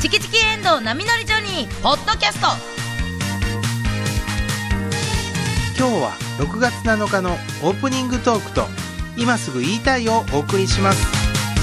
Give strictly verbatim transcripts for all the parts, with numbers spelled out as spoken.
チキチキエンドウ波乗りジョニー」ポッドキャスト。 今日はろくがつなのかのオープニングトークと今すぐ言いたいをお送りします。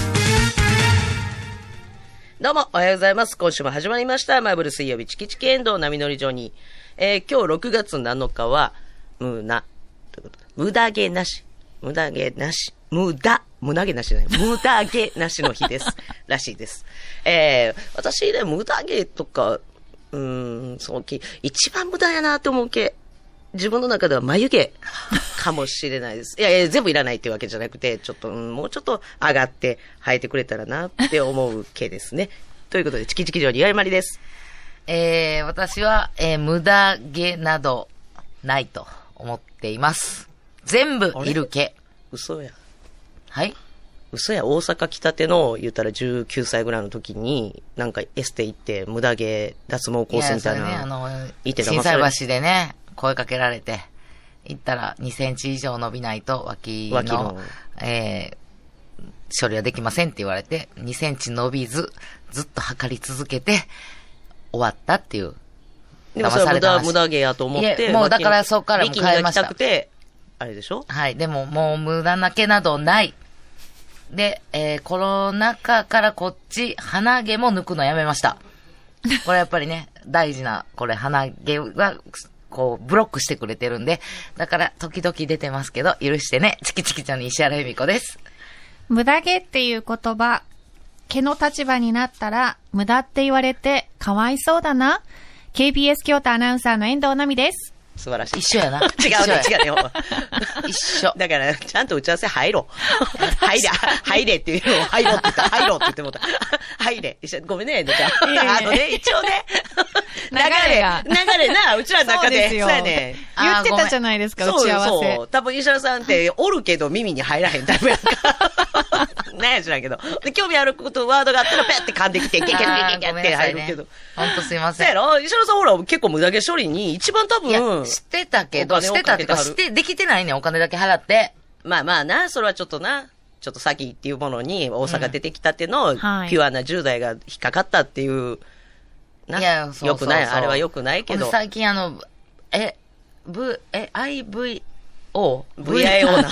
どうもおはようございます。今週も始まりましたマーブル水曜日チキチキエンドウ波乗りジョニー、えー、今日ろくがつなのかはむなということで無駄毛なし無駄毛なし無駄無駄毛なしじゃない無駄毛なしの日ですらしいです。えー、私ね無駄毛とかうーんそうき一番無駄やなって思う毛、自分の中では眉毛かもしれないです。いやいや、全部いらないっていうわけじゃなくて、ちょっと、うん、もうちょっと上がって生えてくれたらなって思う毛ですね。ということで、チキチキジョニー岩井まりです。 えー、私は、えー、無駄毛などないと思っています。全部いる毛。 嘘や。 はい。 嘘や。大阪来たての、言ったらじゅうきゅうさいぐらいの時に、なんかエステ行って、無駄毛脱毛コースみたいな。いや、それね、あの、 いて心斎橋でね、声かけられて、行ったらにセンチ以上伸びないと脇の、脇のえー、処理はできませんって言われて、にセンチ伸びず、ずっと測り続けて、終わったっていう。 でもそれは無駄、無駄毛やと思って。 もうだからそこからも変えました。 力みがきたくて、あれでしょ？ はい。でももう無駄な毛などない。で、えー、コロナ禍からこっち、鼻毛も抜くのやめました。これやっぱりね、大事な、これ鼻毛は、こう、ブロックしてくれてるんで、だから、時々出てますけど、許してね、チキチキちゃんに石原由美子です。 無駄毛っていう言葉、毛の立場になったら、無駄って言われて、かわいそうだな。ケービーエス 京都アナウンサーの遠藤奈美です。 素晴らしい。 一緒やな。 違うね、違うね。 一緒。 だから、ちゃんと打ち合わせ入ろう。入れ、入れっていうのを入ろうって言った。入ろうって言ってもらった。入れ。ごめんね、遠藤ちゃん。あのね、一応ね、流れ、流れな、うちらの中で。そうやね。 言ってたじゃないですか、打ち合わせ。そうそう。 多分石原さんっておるけど耳に入らへんタイプやんか。ねえ、知らんけど。で、興味あること、ワードがあったらペッて噛んできて、ゲゲゲゲゲって入るけど。 ほんとすいません。 そうやろ？石原さんほら、結構無駄毛処理に一番多分。 知ってたけど、知ってたってか、して、できてないね、お金だけ払って。 まあまあな、それはちょっとな、ちょっと詐欺っていうものに大阪出てきたっての、うんはい、ピュアなじゅう代が引っかかったっていう、な。いや、そうそうそう。よくない、あれはよくないけど。 最近あの、え、V、え、アイブイオー? ブイアイオー な。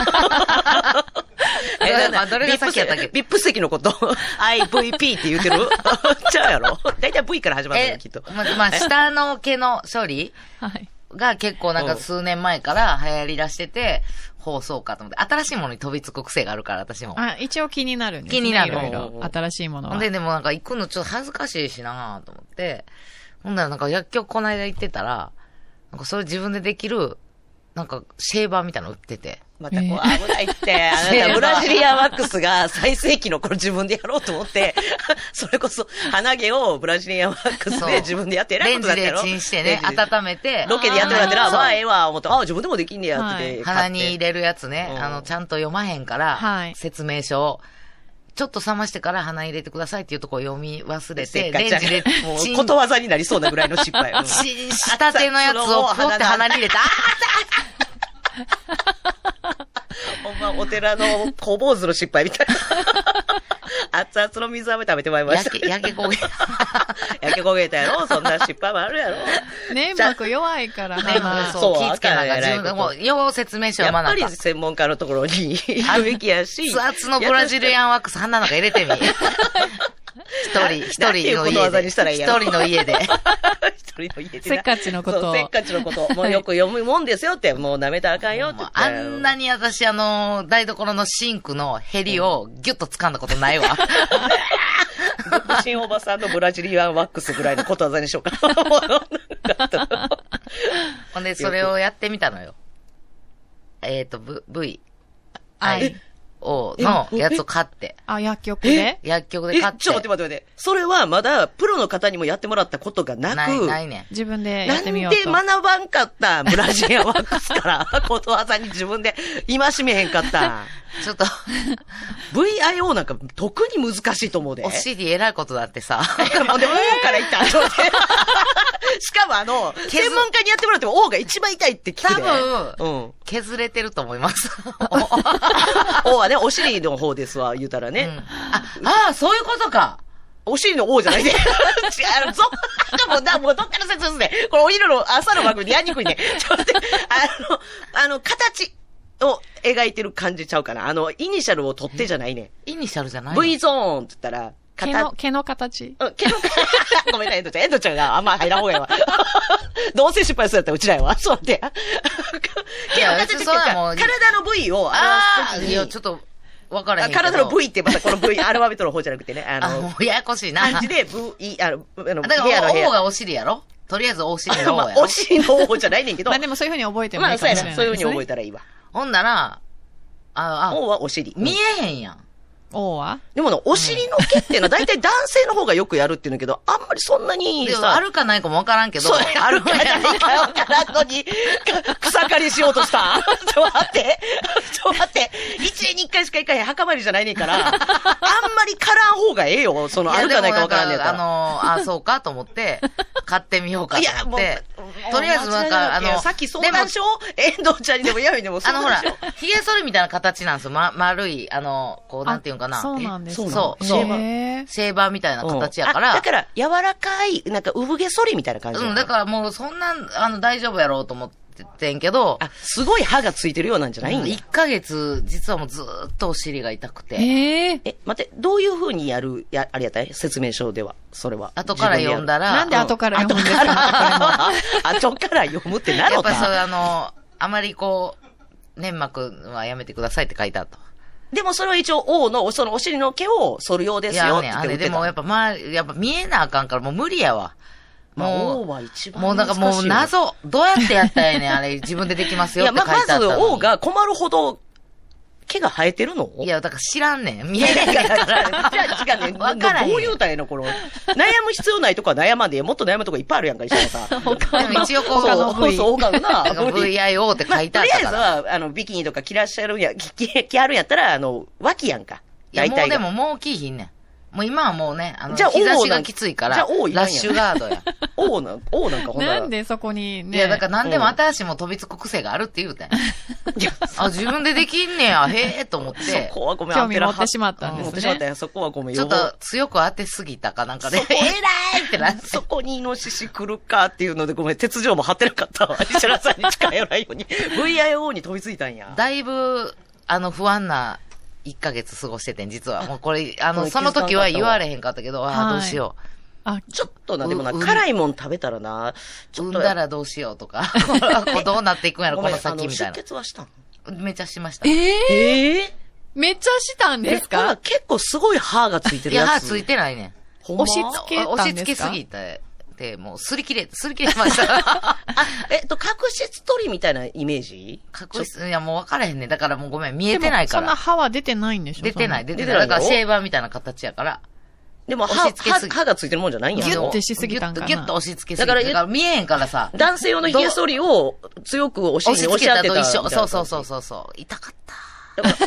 え、などれが先やったっけ？ ビップ 席のこと アイブイピー って言うてるちゃうやろだいたい V から始まるのよ、きっと。 ま、まあ、下の毛の処理が結構なんか数年前から流行り出してて、放送かと思って、新しいものに飛びつく癖があるから、私も。 あ、一応気になるんですね。 気になる。 いろいろ。新しいものは。 で、でもなんか行くのちょっと恥ずかしいしなと思って、ほんならなんか薬局この間行ってたら、なんかそれ自分でできる、なんかシェーバーみたいなの売ってて。 またこう危ないって、あなたブラジリアンワックスが最盛期の頃自分でやろうと思って、それこそ鼻毛をブラジリアンワックスで自分でやって偉いことだったやろ。 レンジでチンしてね、温めて。 ロケでやってもらってら、まあええわ、思って、あ、自分でもできんねやって、 はい。鼻に入れるやつね、あの、ちゃんと読まへんから、はい、説明書を。ちょっと冷ましてから鼻入れてくださいっていうところを読み忘れて、レンジでもうことわざになりそうなぐらいの失敗。うん、 チンしたてのやつをポって鼻に入れた。 ほんま、お寺の小坊主の失敗みたいな。熱々の水飴食べてまいりました。 焼け、焼け焦げ。 焼け焦げたやろそんな失敗もあるやろ粘膜弱いからね。 そう、気ぃつけながら自分がもう、よう説明書読まなかった。 やっぱり専門家のところに行くべきやし。 熱々のブラジリアンワックス鼻の中入れてみ。一人、一人の家で。一人の家で。 一人の家で。 せっかちのこと。 せっかちのこと。もうよく読むもんですよって、もう舐めたらあかんよって。 あんなに私、あの、台所のシンクのヘリをギュッと掴んだことないわ。 独身おばさんのブラジリアンワックスぐらいのことわざにしようか。 ほんで、それをやってみたのよ。えっと、V、I、O のやつを買って。 あ、薬局で薬局で買って。 ちょっと待って待って待って。それはまだプロの方にもやってもらったことがなく。 ない、ないね。 自分でやってみようと。 なんで学ばんかったブラジリアンワックスから、ことわざに自分で戒めへんかった。 ちょっと。 ブイアイオー なんか特に難しいと思うで。 お尻偉いことだってさ。 なんで O から言ったんしかもあの、専門家にやってもらっても O が一番痛いって聞くで。 多分、うん、削れてると思います。 O はね、お尻の方ですわ、言うたらね。 うん、あ、ああ、そういうことか。 お尻の王じゃないで。違う、ぞ、もう、だ、もうどっから説明すね。これお昼の朝の番組でやりにくいね。ちょっと待って、あの、あの、形を描いてる感じちゃうかな。あの、イニシャルを取ってじゃないね。 イニシャルじゃないの V ゾーンって言ったら、 毛の、毛の形。 うん、毛の、ごめんな、エンドちゃん。エンドちゃんがあんま入らん方がいいわ。どうせ失敗するやったらうちらやわ。そうって。毛の形っていうか、体の部位を表すときに。 いや、ちょっと、わからへんけど。 体の部位ってまたこの部位、アルファベットの方じゃなくてね。あの、 あ、もうややこしいな。 漢字で、部位、あの、あの、 だから、王がお尻やろとりあえずお尻の王やろ。 お尻の王じゃないねんけど。 まあでもそういう風に覚えてもいいかもしれないですね。 まあそうやな。そういう風に覚えたらいいわ。 ほんなら、あ、あ、 王はお尻。 見えへんやん。 王はでもね、お尻の毛っていうのは大体男性の方がよくやるっていうんだけど、あんまりそんなにでもさ。 あるかないかもわからんけど。 そうあるかないかわからんのに、草刈りしようとしたんちょっと待って。ちょっと待って。一年に一回しか行かへん墓参りじゃないねんから、あんまり刈らん方がええよ。その、あるかないかわからんねんやったら。 あの、あ、そうかと思って、買ってみようかと思って。 いや、もう、 とりあえずなんか、あの、 さっき相談書遠藤ちゃんにでもやめでもあのほら、髭剃りみたいな形なんですよ。ま、丸い、あの、こう、なんていうんかな。 そうなんですそう、そう。シェーバーみたいな形やから。 だから、柔らかい、なんか、産毛剃りみたいな感じ。 うん、だからもう、そんな、あの、大丈夫やろうと思っててんけど。 あ、すごい歯がついてるようなんじゃないんだ。 いっかげつ、実はもうずーっとお尻が痛くて。 えー、 え、待って、どういう風にやる、や、あれやったい説明書では、それは。 後から読んだら。 なんで後から読むんですか後から読むってなのか。 やっぱそう、あの、あまりこう、粘膜はやめてくださいって書いてあった。 でもそれは一応王の、そのお尻の毛を剃るようですよって言ってあれでもやっぱまあ、やっぱ見えなあかんからもう無理やわ。 もう、王は一番もうなんかもう謎、どうやってやったらええねん、あれ自分でできますよって書いてあったのに。 いや、ま、まず王が困るほど、毛が生えてるのいや、だから知らんねん。見えないから。 じゃあ違うねん。わからへん。どう言うたらええのこの。悩む必要ないとこは悩まんで、もっと悩むとこいっぱいあるやんか、一緒にさ。 でも一応こう、 そうそう、他のな。 ブイアイオー って書いてあったから。 とりあえずは、あの、ビキニとか着らっしゃるんや、着、着はるんやったら、あの、脇やんか。 いや、もうでももう着いひんねん。もう今はもうね、あの、 じゃあ日差しがきついから、 じゃあ王ラッシュガードや。 王なん、王なんかほんなら。 なんでそこにね。 いや、だから何でも新しいも飛びつく癖があるって言うたんや。あ、自分でできんねや、へえ、と思って。 そこはごめん、 興味持ってしまったんですね。 持ってしまったんや、そこはごめん。 ちょっと強く当てすぎたかなんかで。 えらいってなって。そこにイノシシ来るかっていうので、ごめん、鉄条も張ってなかったわ。石原さんに近寄らないように。ブイアイオー に飛びついたんや。 だいぶ、あの、不安ないっかげつ過ごしててん、実は。もうこれ、あの、その時は言われへんかったけど、ああ、どうしよう。 あ、ちょっとな、でもな、辛いもん食べたらな、 ちょっと。産んだらどうしようとか、どうなっていくんやろ、この先みたいな。 出血はしたんめちゃしました。 ええええめっちゃしたんですか結構すごい歯がついてるやつ。 いや、歯ついてないね。 押し付けたんですか？ 押し付けすぎて、で、もう、すり切れ、すり切れました。 あ、えっと、角質取りみたいなイメージ？ 角質、いや、もう分からへんね。だからもうごめん、見えてないから。 そんな歯は出てないんでしょ？ 出てない、出てない。だからシェーバーみたいな形やから。 でも歯、歯がついてるもんじゃないんや。 ギュッてしすぎたんかな。 ギュッと押し付けすぎた。だから見えへんからさ。 男性用の髭剃りを強く押しに押し当てたと一緒。 そうそうそうそうそう。痛かった。 だから、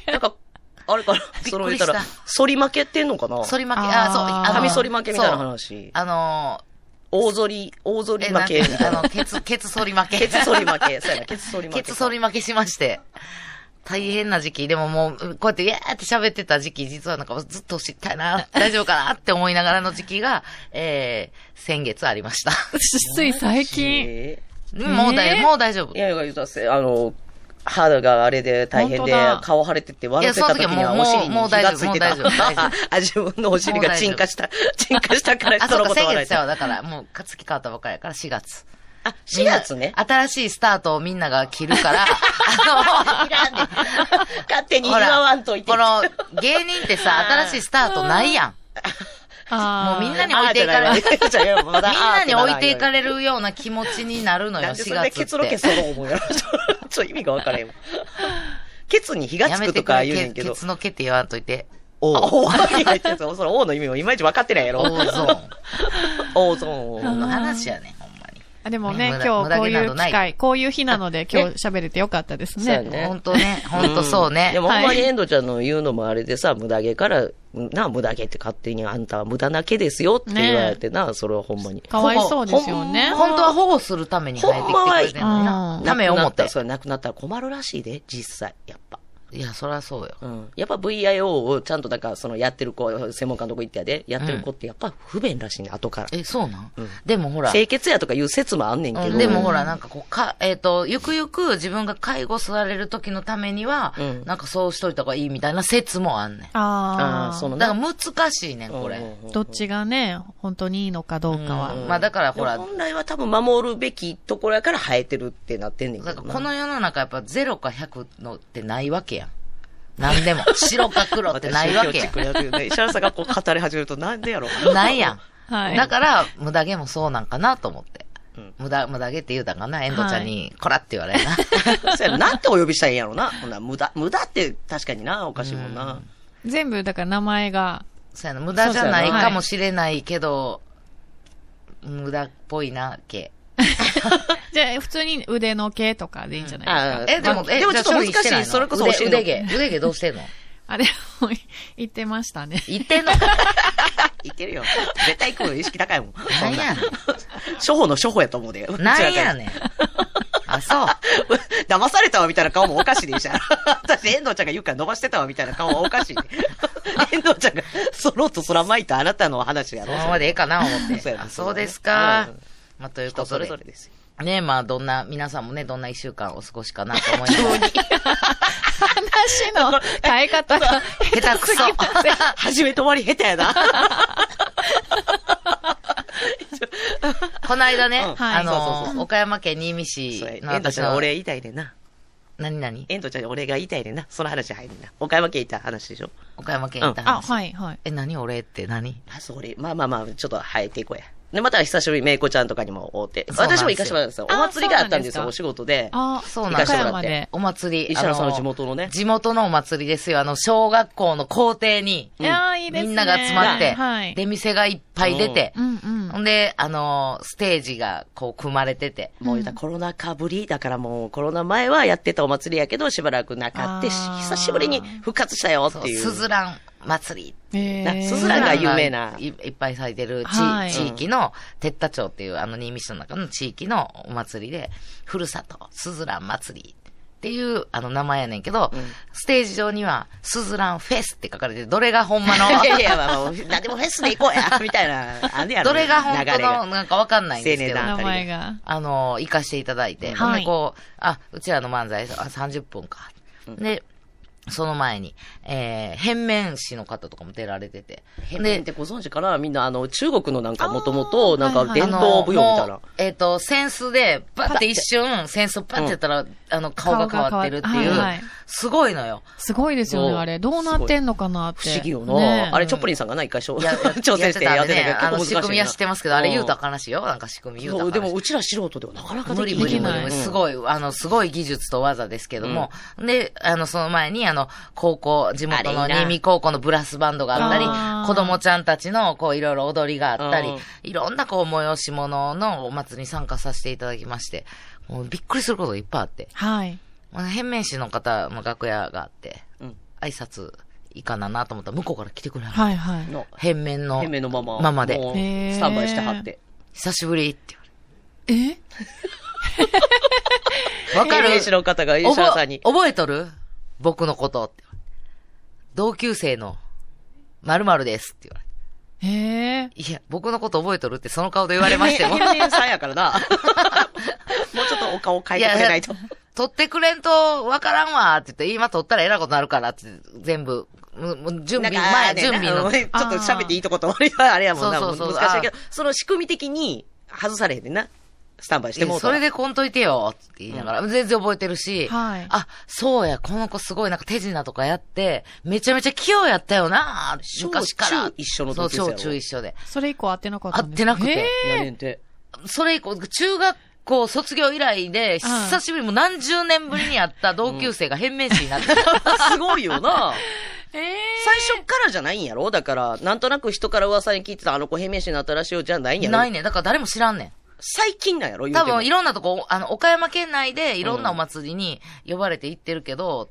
なんか、あれかな、それを言ったら、反り負けってんのかな？ 反り負け、あ、そう、 あの、髪反り負けみたいな話。 あの大反り、大反り負けみたいな。 あの、ケツ、ケツ反り負け。 ケツ反り負け。そうやな、ケツ反り負け。 ケツ反り負けしまして。大変な時期。でももう、こうやって、イエーって喋ってた時期、実はなんかずっと知りたいな、大丈夫かなって思いながらの時期が、えー、先月ありました。 つい最近。 もう大、もう大丈夫。 いやいや、言うたせ、あの、肌があれで大変で、顔腫れてて笑ってた時にはお尻に火がついてた。あ、自分のお尻が沈下した、沈下したから人のこと笑いた。 先月はだから、もう、月変わったばっかりやからしがつ。 あ、しがつね。 新しいスタートをみんなが切るから、あの、いらんねん。勝手に祝わんといて。 この、芸人ってさ、新しいスタートないやん。もうみんなに置いていかれる。みんなに置いていかれるような気持ちになるのよ、しがつって。 ケツの毛その思うやろ。ちょ、意味がわからへんわ。ケツに火がつくとか言うねんけど。 ケツの毛って言わんといて。 王。王に入ってるその王の意味もいまいち分かってないやろ。 王ゾーン。 王ゾーンの話やね。 あでもね、今日こういう機会、こういう日なので今日喋れてよかったですね。 そうね。 本当ね、本当そうね。 でもほんまにエンドちゃんの言うのもあれでさ、無駄毛から、な、無駄毛って勝手にあんたは無駄な毛ですよって言われてな、それはほんまに。 かわいそうですよね。 本当は保護するために生えてきてくれてるのにな。ためを思って。 それなくなったら困るらしいで、実際、やっぱ。 いや、そりゃそうよ。 うん。やっぱ ブイアイオー をちゃんと、だから、その、やってる子、専門家のとこ行ってやで、やってる子ってやっぱ不便らしいね、後から。 え、そうなん、 うんでもほら。 清潔やとかいう説もあんねんけど。 うん、でもほら、なんかこう、か、えっ、と、ゆくゆく自分が介護される時のためには、 うんなんかそうしといた方がいいみたいな説もあんねん。 ああ。 あーそのだから難しいねん、これ。 うんどっちがね、本当にいいのかどうかは。 うんまあだからほら、 本来は多分守るべきところやから生えてるってなってんねんけどな。 だからこの世の中やっぱゼロかひゃくのってないわけやん。なんでも。白か黒ってないわけや私今日チックにやってるね。石原さんがこう語り始めるとなんでやろん。ないやん。 はい。 だから、無駄毛もそうなんかなと思って。 うん無駄、無駄毛って言うたんかな、遠藤ちゃんに、こらって言われるな。 そうやな。なんてお呼びしたらいいんやろな。ほんな無駄、無駄って確かにな、おかしいもんな。 全部、だから名前が、 そうやな、無駄じゃないかもしれないけど、無駄っぽいな、毛。 じゃあ、普通に腕の毛とかでいいんじゃないですか。 あえ、でも、え、 でもちょっと難しいじゃあ処理てなのそれこそ教えんの腕、腕毛。腕毛どうしてんのあれも言ってましたね。 言ってんのいけるよ。絶対行くの意識高いもん。 なんやねん。 初歩の初歩やと思うで。 なんやねん。あ、そう。 騙されたわみたいな顔もおかしいでいいじゃん。私、遠藤ちゃんが言うから伸ばしてたわみたいな顔はおかしいで。遠藤ちゃんが、そろっと空巻いたあなたの話やろ。 そのままでええかな、思って。 そうやねあ、そうですかうん。 まあ、ということで人それぞ。れですよ。 ねまあ、どんな、皆さんもね、どんな一週間お過ごしかなと思います。 話の変え方が下手くそ。 始めと終わり下手やな。 この間ね、 うんあそうそうの、岡山県新見市そうやの私の遠藤ちゃんに、俺言いたいねんな。 何々 遠藤ちゃんに俺が言いたいねんな。その話入るな。岡山県行った話でしょ。 岡山県行ったあ、 話。 はい、はい。 え、何俺って何あ、それ。まあまあまあ、ちょっと生えていこうや。で、また久しぶりにめいこちゃんとかにも会うて。 そうなんですよ私も行かしてもらったんですよ。お祭りがあったんですよ、 あお仕事で。 あ、 そうなんですよ行かしてもらって岡山で。 お祭り。 石原さんのあ地元のね。 地元のお祭りですよ。あの、小学校の校庭に、 いやーいいですね。 みんなが集まって、 はい。 出店がいっぱい出て、 うんうん。 ほんで、あの、ステージがこう組まれてて、 もう言ったらコロナ禍ぶりだからもうコロナ前はやってたお祭りやけどしばらくなかってしあー久しぶりに復活したよそうっていう。 すずらん祭り。 なえーすずらんが有名ないいっぱい咲いてる地,、 はい地域の、鉄田町っていうあの新見市の中の地域のお祭りで、ふるさと、すずらん祭りっていうあの名前やねんけど、 うんステージ上には、すずらんフェスって書かれてて、どれがほんまの、 いやいや、まあまあ、なんでもフェスで行こうや、みたいな、あんねやろ。 どれが本当流れがのなんかわかんないんですけど、 青年団名前が。 あの、行かしていただいて、 はいほんでこう、あ、うちらの漫才、あ、さんじゅっぷんか。で、その前に、えー、変面師の方とかも出られてて。 変面ってご存知かなみんな、あの、中国のなんかもともと、なんかはいはい伝統舞踊みたいなあのもう。えっ、と、センスで、パッて一瞬、センスパッてやったら、あの、顔が変わってるっていう、 顔が変わはいはいすごいのよ。 すごいですよね、 そうあれ。どうなってんのかなって。 不思議よな、 ねあれ、チョップリンさんがな、一回しょや挑戦してやってたけど、 あの、 結構難しいな。 仕組みは知ってますけど、あれ言うたらあかかんらしいよ。なんか仕組み言うたらそう、 あかんらしいでも、うちら素人ではなかなかで無理きない。 無理無理無理。 うんすごい、あの、すごい技術と技ですけども。で、あの、その前に、あの、高校、地元のあれいいな新見高校のブラスバンドがあったりあー、 子供ちゃんたちの、こう、いろいろ踊りがあったりうん、 いろんな、こう、催し物のお祭りに参加させていただきまして、もうびっくりすることがいっぱいあって。 はい。 まあ変面師の方の楽屋があって、 うん挨拶いいかななと思ったら、向こうから来てくれはる。 はいはい。 の変面の、 変面のまま。 ままでもうへースタンバイしてはって。 久しぶりって言われえて。わかる変面師の方が石原さんに。 覚えとる僕のことって。同級生の〇〇ですって言われへえ。 て。いや、僕のこと覚えとるってその顔で言われましても。 変面さんやからな。もうちょっとお顔変えてくれないと。 撮ってくれんとわからんわって言って、今撮ったらえらいことになるからって全部、もう準備、 なんか前、 ね準備の。 ちょっと喋っていいとこと悪いはあれやもんな。 そうそうそう難しいけど、その仕組み的に外されへんねんな。スタンバイしてもうたらそれでこんといてよって言いながら、全然覚えてるし、 はいあ、そうや、この子すごいなんか手品とかやって、めちゃめちゃ器用やったよな昔から。 小中一緒のそう、 同級生やろ小中一緒で。 それ以降会ってなかったんです会ってなくてへーやねんて。 それ以降、中学校卒業以来で、久しぶりにもう何十年ぶりに会った同級生が変面師になって、 すごいよな。 ええ。 最初からじゃないんやろだから、なんとなく人から噂に聞いてたあの子変面師になったらしいよじゃないんやろないねん。だから誰も知らんねん。 最近なんやろ多分いろろんなとこ、あの、岡山県内でいろんなお祭りに呼ばれて行ってるけど、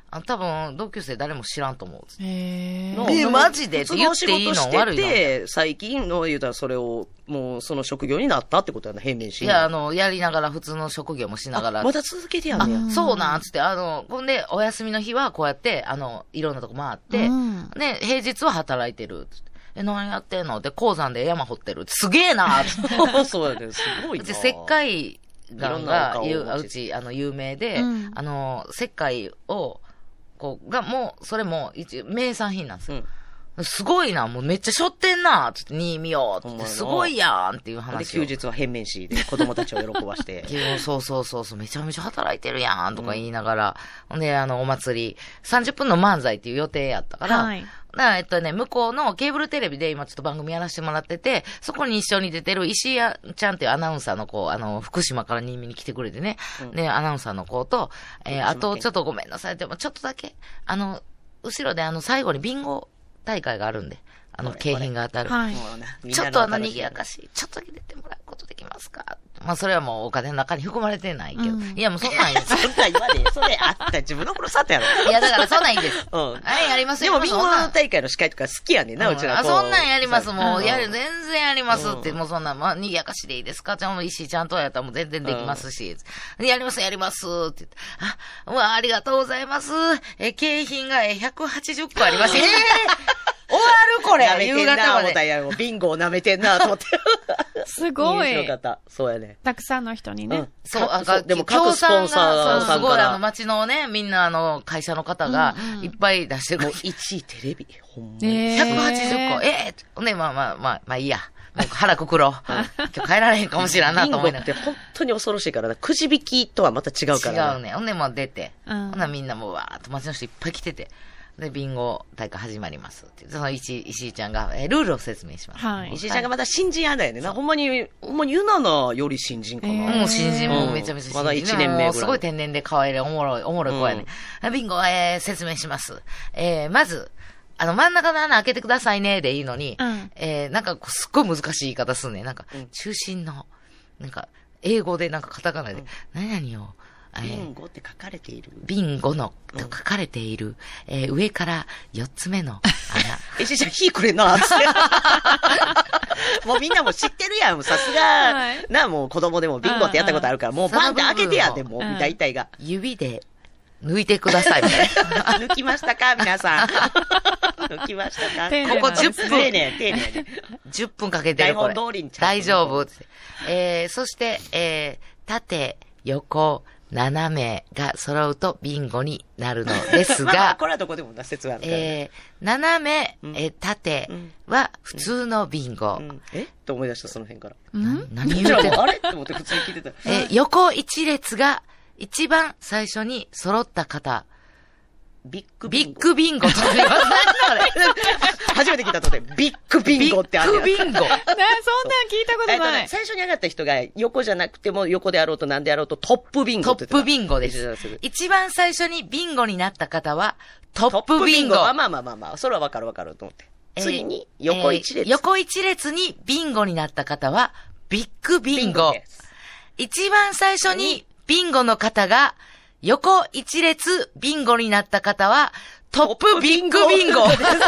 あの多分、同級生誰も知らんと思う。 へのえマジでって言っていいの普通の仕事して悪いて、最近の言うたらそれを、もうその職業になったってことやな、変面し。 いや、あの、やりながら、普通の職業もしながら。 あまだ続けてやんねや。 そうなんつって、あの、ほんで、お休みの日はこうやって、あの、いろんなとこ回って、 うんで、平日は働いてる。つってえ、何やってんので、鉱山で山掘ってる。すげえなつってそうやね、すごいな。 うち石灰岩が、 いろんなお顔をお持ちうち、あの、有名で、 うんあの、石灰を、こう、が、もう、それも、一、名産品なんですよ。すごいな、もうめっちゃしょってんな、つって、に見よう、つって、すごいやんっていうで、 話を。 休日は変面しで子供たちを喜ばして。 そうそうそうそう、めちゃめちゃ働いてるやんとか言いながら、ほんで、あの、お祭り、さんじゅっぷんの漫才っていう予定やったから、 はい。 だからえっとね、向こうのケーブルテレビで今ちょっと番組やらせてもらってて、そこに一緒に出てる石井ちゃんっていうアナウンサーの子、あの、福島から新見に来てくれてね、 うんで、アナウンサーの子と、えー、 福島県あとちょっとごめんなさい、でもちょっとだけ、あの、後ろであの、最後にビンゴ大会があるんで、あの、 これ景品が当たる。 はい。 もうなみんちょなっとあの、賑新しいやかしい。ちょっとだけ出てもらうことできますかまあ、それはもうお金の中に含まれてないけど。 うんいや、もうそんなんいいです。 そんなん言わねえ。それあった自分のふるさとやろ。 いや、だからそんなんいいです。 うん。 はい、やりますでも、ビンゴそんなん大会の司会とか好きやねんな、うちら。 あ、そんなんやります。もう、やる、 ね。 全然やりますって、 うんもうそんな、まあ、賑やかしでいいですかじゃあもう石井ちゃんとやったらもう全然できますし、やります、やりますって言って、あ、うわ、ありがとうございます。え、景品がえひゃくはちじゅっこありまして。えー終わるこれ舐めて夕んな、 方まで。 思ったやん。もうビンゴを舐めてんな、と思って。 すごい。 面白かった。そうやね。 たくさんの人にね。 うん。 そう、 かあかでも各スポンサーそうすごい、 さんからあの、街のね、みんなあの、会社の方がうんうんいっぱい出してるもういちいテレビ。ほんまに。 ねひゃくはちじゅっこ。ええー、ね、まあまあまあ、まあいいや。もう腹くくろう。今日帰られへんかもしらんなビンゴと思いながって本当に恐ろしいからな。くじ引きとはまた違うからら。 な。 違うね。ほんでもう出て。 うんほんならみんなもうわーっと街の人いっぱい来てて。で、ビンゴ大会始まりますって。その石井、石井ちゃんが、えールールを説明します。 はい。 石井ちゃんがまだ新人やだよね。なほんまに、ほんまにユナナより新人かな。 えーもう新人もめちゃめちゃ新人。 まだ一年目ぐらいもうすごい天然で可愛い、おもろい、おもろい子やね。ビンゴ、えー、説明します。えー、まず、あの、真ん中の穴開けてくださいね、でいいのに、 うんえー、なんか、すっごい難しい言い方すんね。なんか、 うん中心の、なんか、英語でなんかカタカナで、何々を、えビーンゴって書かれている。 ビンゴの、と書かれている、えー、上からよっつ目の穴。 石井ちゃん、火くれな、つって。もうみんなも知ってるやん。さすが、 はいな、もう子供でもビンゴってやったことあるから、もうバンって開けてやで、もううん大体が。 指で抜いてください、みたいな。 抜きましたか皆さん。抜きましたか丁寧ここ10分丁寧、丁寧で。 じゅっぷんかけてる、 台本これ。 通りにちゃんと大丈夫って。えー、そして、えー、縦、横、斜めが揃うとビンゴになるのですまあまあが、 これはどこでもな説はあるからね。 えー、斜め、 うんえー縦うんは普通のビンゴ。 うんえと思い出した、その辺から。 うん何うちらも言うてんのあれって思って普通に聞いてた。 えー横一列が一番最初に揃った方。 ビッグビッビンゴ。 グビンゴと言います。何それ初めて聞いたとで、ビッグビンゴってあるやん。 ビッグビンゴ。 ね、そんなん聞いたことえっとね、 ない。 最初に上がった人が横じゃなくても横であろうと何であろうとトップビンゴトッって言ってた。 プビンゴです石田さん。 一番最初にビンゴになった方は、トップビンゴ。 あまあまあまあまあ、それはわかるわかると思って。 えー次に、横一列。 えー横一列にビンゴになった方は、ビッグビンゴ。 です。 一番最初にビンゴの方が、横一列ビンゴになった方は、トップビッグビンゴ。もう分かれへん。 い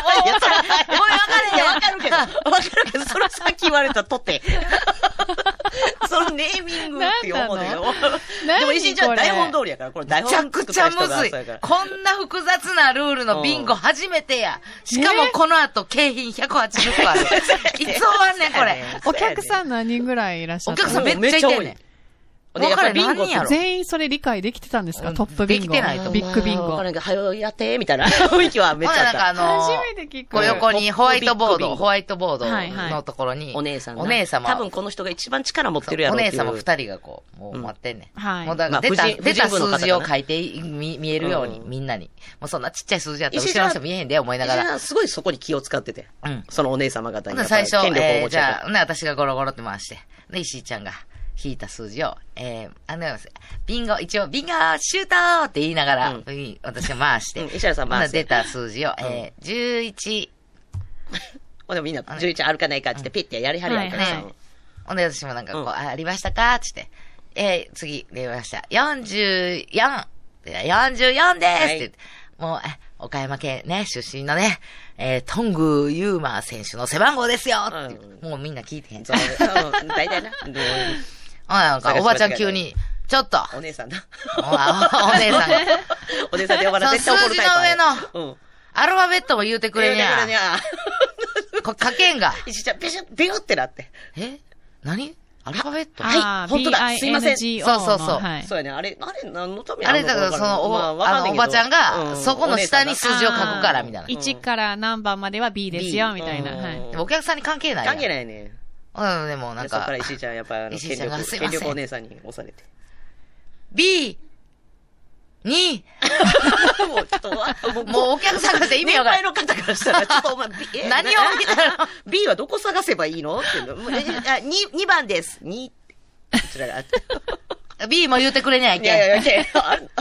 や、わかるけど、わかるけど、それはさっき言われたとて。そのネーミングって思うねよ。 何でも石井ちゃんこれ台本通りやから、これ台めちゃ本くちゃむずい作った人がそうやから。 こんな複雑なルールのビンゴ初めてや。しかもこの後景品ひゃくはちじゅっこある。いつ終わんねん、これ。 お客さん何人ぐらいいらっしゃったお客さんめっちゃいてんねん。 で、やっぱりビンゴって分かれへん何やろ全員それ理解できてたんですか、 うんトップビンゴ。 できてないと思うビッグビンゴ。 これが、はよやって、みたいな雰囲気はめっちゃあった。 ほんならなんかあの初ー、 めて聞く。 こう横にホワイトボード、 ビッグビンゴホワイトボードはいはいのところに、 お姉さんなお姉様。 多分この人が一番力持ってるやろおっていう。 姉様二人がこう、もう待ってんねん。 はいもうだから出た、 まあ婦人出た婦人部の方かな数字を書いて見見えるように、 うんみんなに。もうそんなちっちゃい数字やったら石井さん後ろの人見えへんで、思いながら。 石井さんすごいそこに気を使ってて。 うん。 そのお姉様方に。 ほんで最初、 権力をおえー、 持ちやかじゃあ、ほんで私がゴロゴロって回して、で、石井ちゃんが引いた数字を、えー、あの、ビンゴ、一応、ビンゴシュートって言いながら、 うん私が回して、 うん石原さん回すほな出た数字を、えー、じゅういち、 ら。ほんでみんな、じゅういちあるかないかって言って、ピッてやりはるやんかはいはいね。 ほんで私もなんかこう、 うんあ、ありましたかつって、えー、次、出ました。よんじゅうよん。 ってよんじゅうよんですって言って、もう、え、岡山県ね、出身のね、えー、トングユーマ選手の背番号ですよって、うん、もうみんな聞いてへん。そう、 大体な。 なんか、おばちゃん急に、ちょっと。 お姉さんだ。 お, お姉さんが。 お姉さんで呼ばれて絶対怒るタイプ。 数字の上の、アルファベットも言うてくれにゃ。 言うてくれにゃ。 これ書けんが。 一ちゃん、ビシュッ、ビューってなって。 え何アルファベットはい、本当だ。すいません。 そうそうそう。 はい、そうやね。あれ、あれ、何のためあれだから、その、お、まあ、あの、おばちゃんが、そこの下に数字を書くから、みたいな。 いちから何番までは B ですよ、みたいな。はい。 お客さんに関係ない。 関係ないね。 うん、でもなんか。 そこから石井ちゃん、やっぱ、あの、権力、権力お姉さんに押されて。 B、に、 もうちょっと、 もうお客さんがして意味わかんない。 年配の方からしたら、ちょっとお前、 何を見たの ?B はどこ探せばいいのっていうの。に、にばんです。に、こちらがあって。 B も言うてくれにゃいけん。 いやいやいや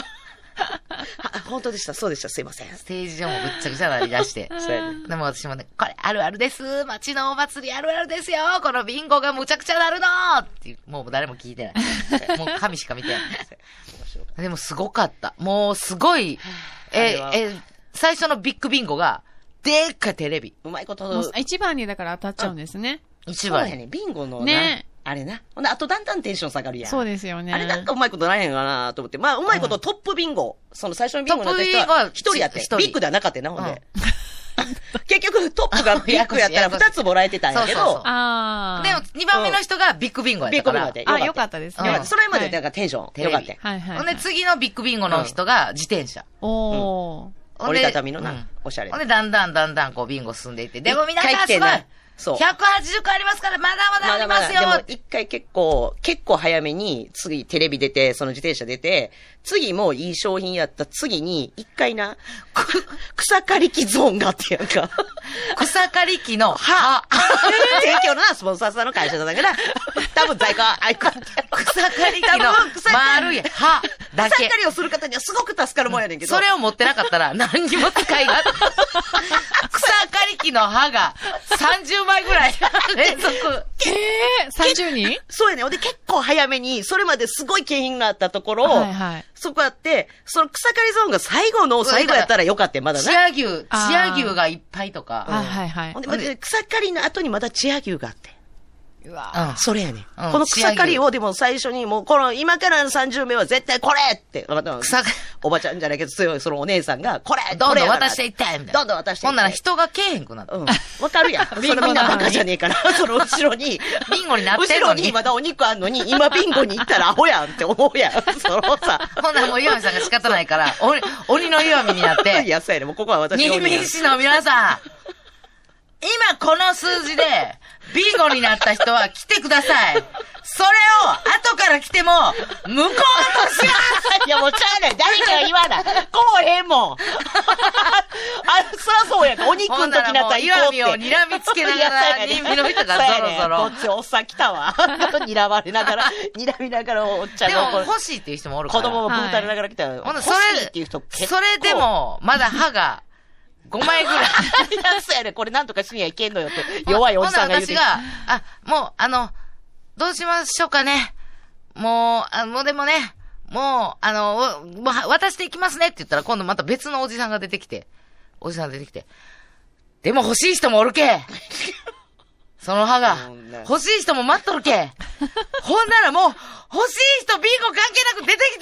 本当でした、そうでした、すいません。 ステージ上もぐっちゃぐちゃなり出して。 そうやね。 でも私もね、これあるあるです。街のお祭りあるあるですよ。このビンゴがむちゃくちゃなるのっていう、もう誰も聞いてない。もう神しか見てない。でもすごかった。もうすごい、え、え、最初のビッグビンゴが、でっかいテレビ。 うまいこと。 一番にだから当たっちゃうんですね。 一番。 そうやね、ビンゴのね。 あれな。ほんで、あとだんだんテンション下がるやん。 そうですよね。 あれなんかうまいことならへんかなと思って。まあ、うまいことトップビンゴ。その最初のビンゴの人は一人やって。ビッグではなかったな、ほんで。結局トップがビッグやったら二つもらえてたんやけど。 ああ。 でもにばんめの人がビッグビンゴやったから。 ビッグビンゴやって。あ、よかったですね。 それまでなんかテンション。よかった。 はいはい。 ほんで次のビッグビンゴの人が自転車。 おー。 折りたたみのな、おしゃれ。 ほんでだんだんだんだんこうビンゴ進んでいって。でも皆さんすごい。そう。ひゃくはちじゅっこありますから、まだまだありますよ。 まだまだでも一回結構、結構早めに、次テレビ出て、その自転車出て、次もいい商品やった次に、一回な、く、草刈り機ゾーンがあってやんか。 草刈り機の歯。提供のな、スポンサーさんの会社だから、多分在庫あいこ草刈り機の丸い歯だけ。 草刈りをする方にはすごく助かるもんやねんけど。 それを持ってなかったら何にも使いが。草刈り機の歯がさんじゅうまいぐらい連続。 えぇ、さんじゅうにんそうやね。で、結構早めに、それまですごい景品があったところ、 はいはい、 そこあって、その草刈りゾーンが最後の最後やったらよかった、まだね。 チア牛、チア牛がいっぱいとか。 はいはいはい。 ほんで、草刈りの後にまだチア牛があって。 うわ、 うん、それやね、うん。この草刈りをでも最初にもう、この今からのさんじゅうめいは絶対これって、草おばちゃんじゃないけど強いそのお姉さんが、これどんどん渡していってみたいな。 どんどん渡していって。 ほんなら人がけえへんくなった。 うん。わかるやん。そのみんなバカじゃねえから、その後ろに、 ビンゴになってるのに。 後ろにまだお肉あんのに、今ビンゴに行ったらアホやんって思うやん。そのさ。 ほんならもう岩見さんが仕方ないから、鬼、鬼の岩見になって。 いや、そうやね。もうここは私の。新見市の皆さん。今この数字で、ビンゴになった人は来てください。それを、後から来ても、向こうの年はいや、もうちゃうねん。誰かが言わない。こうへんもん。あ、そらそうやん。お肉の時になったら行こうって。 岩見を睨みつけながら、新見の人がそろそろ。 こっちおっさん来たわ。睨まれながら、睨みながらおっちゃんが。 でも欲しいっていう人もおるから。 子供もブータれながら来たら。 ほんで、それ、それでも、まだ歯が、ごまいぐらい。いや、そうやね。これなんとかしにはいけんのよって。弱いおじさんが言うて。 私が、あ、もう、あの、どうしましょうかね。もう、あもうでもね、もう、あの、もう渡していきますねって言ったら、今度また別のおじさんが出てきて、おじさんが出てきて、でも欲しい人もおるけ。その歯が、欲しい人も待っとるけ。ほんならもう、欲しい人ビンゴ関係なく出てき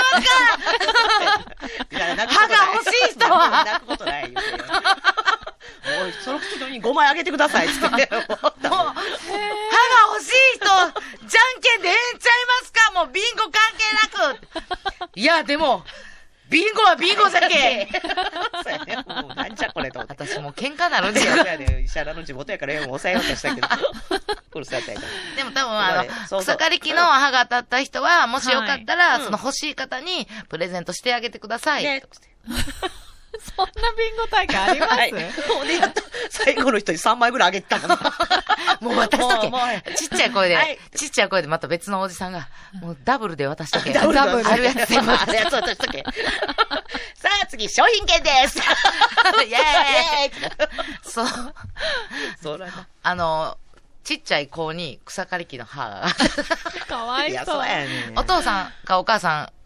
たらええんちゃいますか。歯が欲しい人は。 泣くことないよ。もう、その口にごまいあげてくださいって。もう、歯が欲しい人、じゃんけんでええんちゃいますか。もうビンゴ関係なく。 いや、でも、ビンゴはビンゴじゃけ。 そうやね。もうなんじゃこれと。 私もう喧嘩なるんじゃん。 そうやね。石原の地元やから抑えようとしたけど。うるさいやから。 でも多分あの、草刈り機の歯が当たった人は、もしよかったら、その欲しい方にプレゼントしてあげてください。ね。 そんなビンゴ大会あります？はい。もうね、やっと、最後の人にさんまいぐらいあげてたかな。 もう渡しとけ。ちっちゃい声で、はい、ちっちゃい声でまた別のおじさんが、もうダブルで渡しとけ。 ダブルあるやつで渡しとけ。さあ次、商品券です。イェーイそう。 そうだな。 あの、ちっちゃい子に草刈り機の歯が。 かわいそう。いや、 そうやね。 お父さんかお母さん、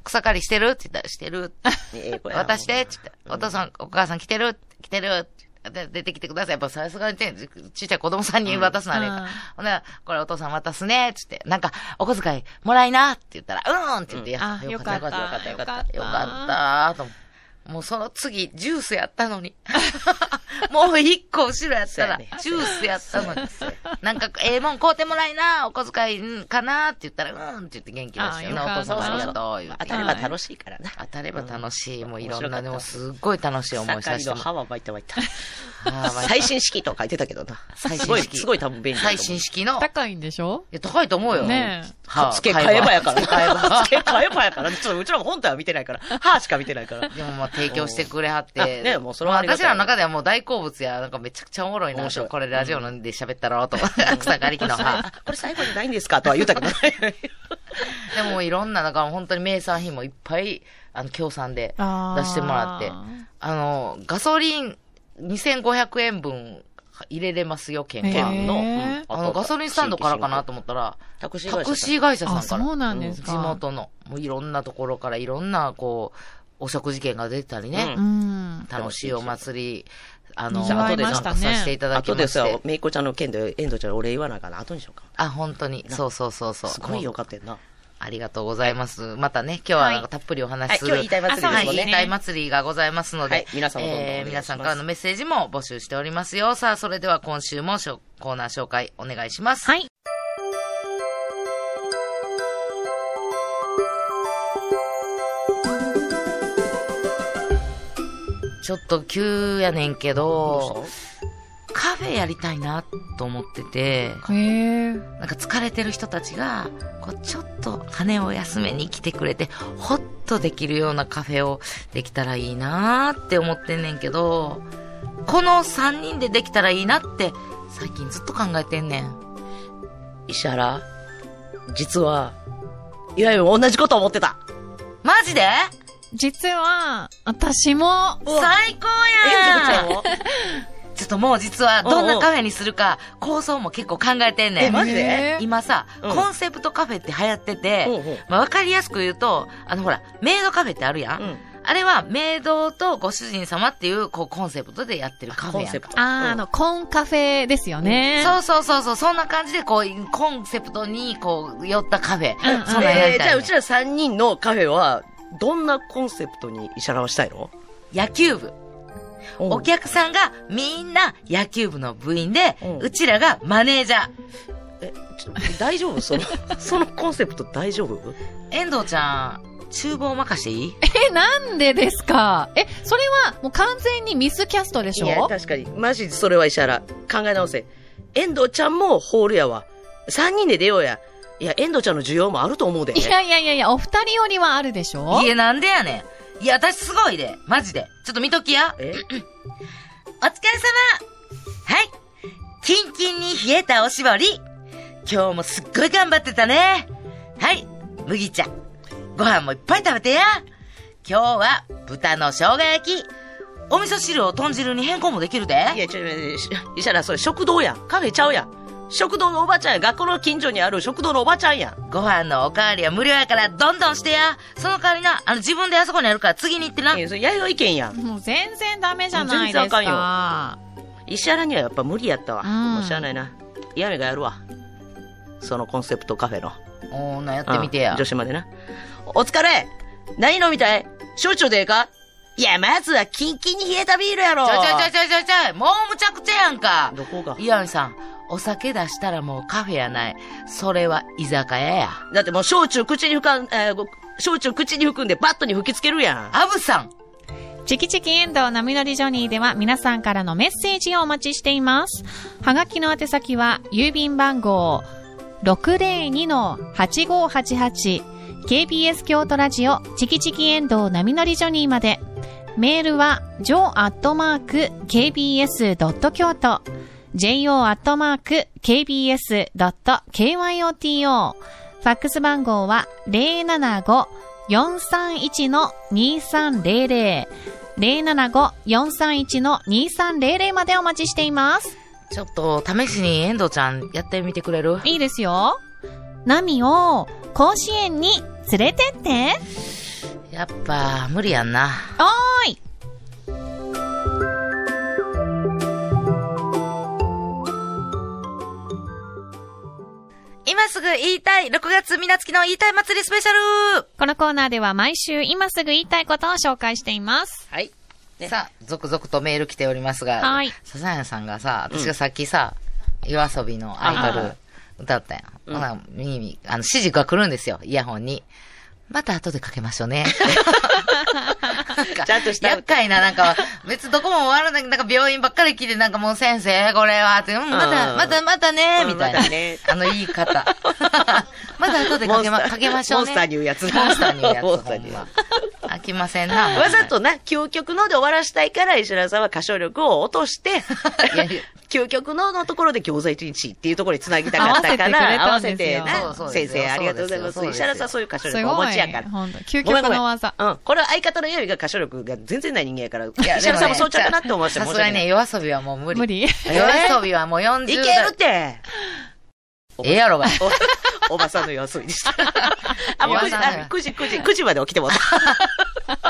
草刈りしてるって言ったら、してる。 ええ子や渡してって言ったら、お父さん、お母さん来てる来てるって出てきてください。やっぱさすがにね、ちっちゃい子供さんに渡すのあれか。 うんほんなら、これお父さん渡すね、つって。なんか、お小遣いもらいなって言ったら、うーんって言って、 あよかったよかったよかったよかったと思って。もうその次、ジュースやったのに。もう一個後ろやったら、 そうやねジュースやったのに。なんか、ええもん買うてもらいな、お小遣いかなって言ったら、うーんって言って元気出してよな、 あお父さんありがそうとう、言うて。 当たれば楽しいからな。 当たれば楽しい。もういろんな、 面白かったでもすっごい楽しい思いさせてもら盛りの歯は巻いた巻いた。 あーまあ最新式と書いてたけどな。 最すごい、 新式。 すごい多分便利だと思う。 最新式の。い高いんでしょや、高いと思うよ。 ねえ。 は付け替えばやから。 付け替えば。 付け替えばやから。ちょっとうちらも本体は見てないから。歯しか見てないから。 でもまあ提供してくれはっあて。 ねもうそれはありがたい私らの中ではもう大好物や、なんかめちゃくちゃおもろいな。 面白いこれラジオなんで喋ったろうと思って。草刈り機の歯。 これ最後にないんですかとは言うたけどね。 でもいろんな、だから本当に名産品もいっぱい、あの、協賛で出してもらって。あの、ガソリンにせんごひゃくえんぶん入れれますよ、券が。 へーの、うんあの、ガソリンスタンドからかなと思ったら、 タクシー会社。 タクシー会社さんあ、 から。 そうなんですか。 地元の、もういろんなところからいろんな、こう、お食事券が出てたりね。 ううん。 楽しいお祭り、あの、 賑わいましたね参加させていただき後でさまして。、 めいこちゃんの件で、遠藤ちゃんお礼言わなあかんな。後にしようか。 あ、本当に。そうそうそうそう。 すごいよかったよな。 ありがとうございます。またね、今日はなんかたっぷりお話しする。 はい今日言いたい祭りですもんねはい、言いたい祭りがございますので、 はい皆さんもどんどんお願いしますえー皆さんからのメッセージも募集しておりますよ。さあ、それでは今週もしょコーナー紹介お願いします。 はい。 ちょっと急やねんけどど、カフェやりたいなと思ってて、 へえ。 なんか疲れてる人たちが、こうちょっと羽を休めに来てくれて、ほっとできるようなカフェをできたらいいなーって思ってんねんけど、このさんにんでできたらいいなって最近ずっと考えてんねん。 石原、実は、いわゆる同じこと思ってた。 マジで実は、私も、 最高やんちょっともう実はどんなカフェにするか構想も結構考えてんねん。 えマジでへー今さ、 うんコンセプトカフェって流行ってて、 うんうんまあ、わかりやすく言うと、あのほら、メイドカフェってあるやん。 うんあれはメイドとご主人様っていうこうコンセプトでやってるカフェやんか。 コンセプト。 あー、あの、コンカフェですよね。 そうそうそうそう、そんな感じでこう、コンセプトにこう、寄ったカフェ。 うんうんそんなんやりたいねん、 えーじゃあうちらさんにんのカフェは、どんなコンセプトに石原はしたいの？ 野球部。お客さんがみんな野球部の部員で、 うんうちらがマネージャー。 え、ちょ大丈夫その、そのコンセプト大丈夫？ 遠藤ちゃん、厨房任していい？ え、なんでですか？え、それはもう完全にミスキャストでしいや、 ょ？ 確かに。マジでそれは石原。考え直せ。遠藤ちゃんもホールやわ。さんにんで出ようや。いや、遠藤ちゃんの需要もあると思うで。 いやいやいやいや、お二人よりはあるでしょ？ いや、なんでやねん。いや、私すごいで。マジで。ちょっと見ときや。 えお疲れ様。はい。キンキンに冷えたおしぼり。今日もすっごい頑張ってたね。はい。麦茶。ご飯もいっぱい食べてや。今日は豚の生姜焼き。お味噌汁を豚汁に変更もできるで。 いや、ちょ、石原、それ食堂やん。カフェちゃうやん。食堂のおばちゃんや。学校の近所にある食堂のおばちゃんやん。 ご飯のおかわりは無料やからどんどんしてや。その代わりな、あの自分であそこにあるから次に行ってな。 いや、それ弥生県やん。 もう全然ダメじゃないです全然あかか。 石原にはやっぱ無理やったわ。 うんもうしゃあないな。やめがやるわ。そのコンセプトカフェの。 おーな、やってみてや。 うん女子までな。お疲れ何飲みたい焼酎でええかいや、まずはキンキンに冷えたビールやろちょいちょいちょいちょいちょいちょい、もうむちゃくちゃやんか。 どこが岩見さん、お酒出したらもうカフェやない。それは居酒屋や。 だってもう焼酎口に含ん、えーご焼酎口に含んでバットに吹きつけるやん。 アブさん。 チキチキエンドウ波乗りジョニーでは皆さんからのメッセージをお待ちしています。はがきの宛先は郵便番号 ろくぜろにのはちごはちはち ケービーエス 京都ラジオチキチキエンドウ波乗りジョニーまで。メールは ジョー アットマーク ケービーエス ドット 京都 ジェイオー アットマーク ケービーエス ドット ケーワイオーティーオー ファックス番号は ゼロななご よんさんいちのにさんゼロゼロ ゼロななご よんさんいちのにさんゼロゼロまでお待ちしています。 ちょっと、試しに遠藤ちゃんやってみてくれる？ いいですよ。ナミを甲子園に連れてって。 やっぱ、無理やんな。 おーい。 今すぐ言いたい、ろくがつみなつきの言いたい祭りスペシャル。 このコーナーでは毎週今すぐ言いたいことを紹介しています。 はい。 ね、さあ、続々とメール来ておりますが、 はい。 笹谷さんがさ、私がさっきさ、夜遊びのアイドル歌ったやん。 うん、 ほな、耳、あの、指示が来るんですよ、イヤホンに。また後でかけましょうね。 ちゃんとした。 厄介な、なんか、別どこも終わらない、なんか病院ばっかり来て、なんかもう先生、これは、って、うん、また、また、またね、みたいな。 まね、 あの言い方。また後でかけま、かけましょうね。 モンスターに言うやつ。 モンスターに言うやつ。モンスターに言うやつ。飽きませんな。 わざとな、究極ので終わらしたいから、石原さんは歌唱力を落として、究極ののところで餃子一日っていうところに繋ぎたかったから、合わせてな、先生ありがとうございます。石原さんそういう歌唱力をお持ちやから。 究極の技。 うん。これは相方のゆいが歌唱力が全然ない人間やから、石原さんもそうちゃうかなって思わせてさすがにね、夜遊びはもう無理。 無理夜遊びはもうよんじゅう代。 いけるって。 ええやろがい。 おばさんの夜遊びでした。あ、もうくじ、くじ、くじ、くじまで起きてもらった。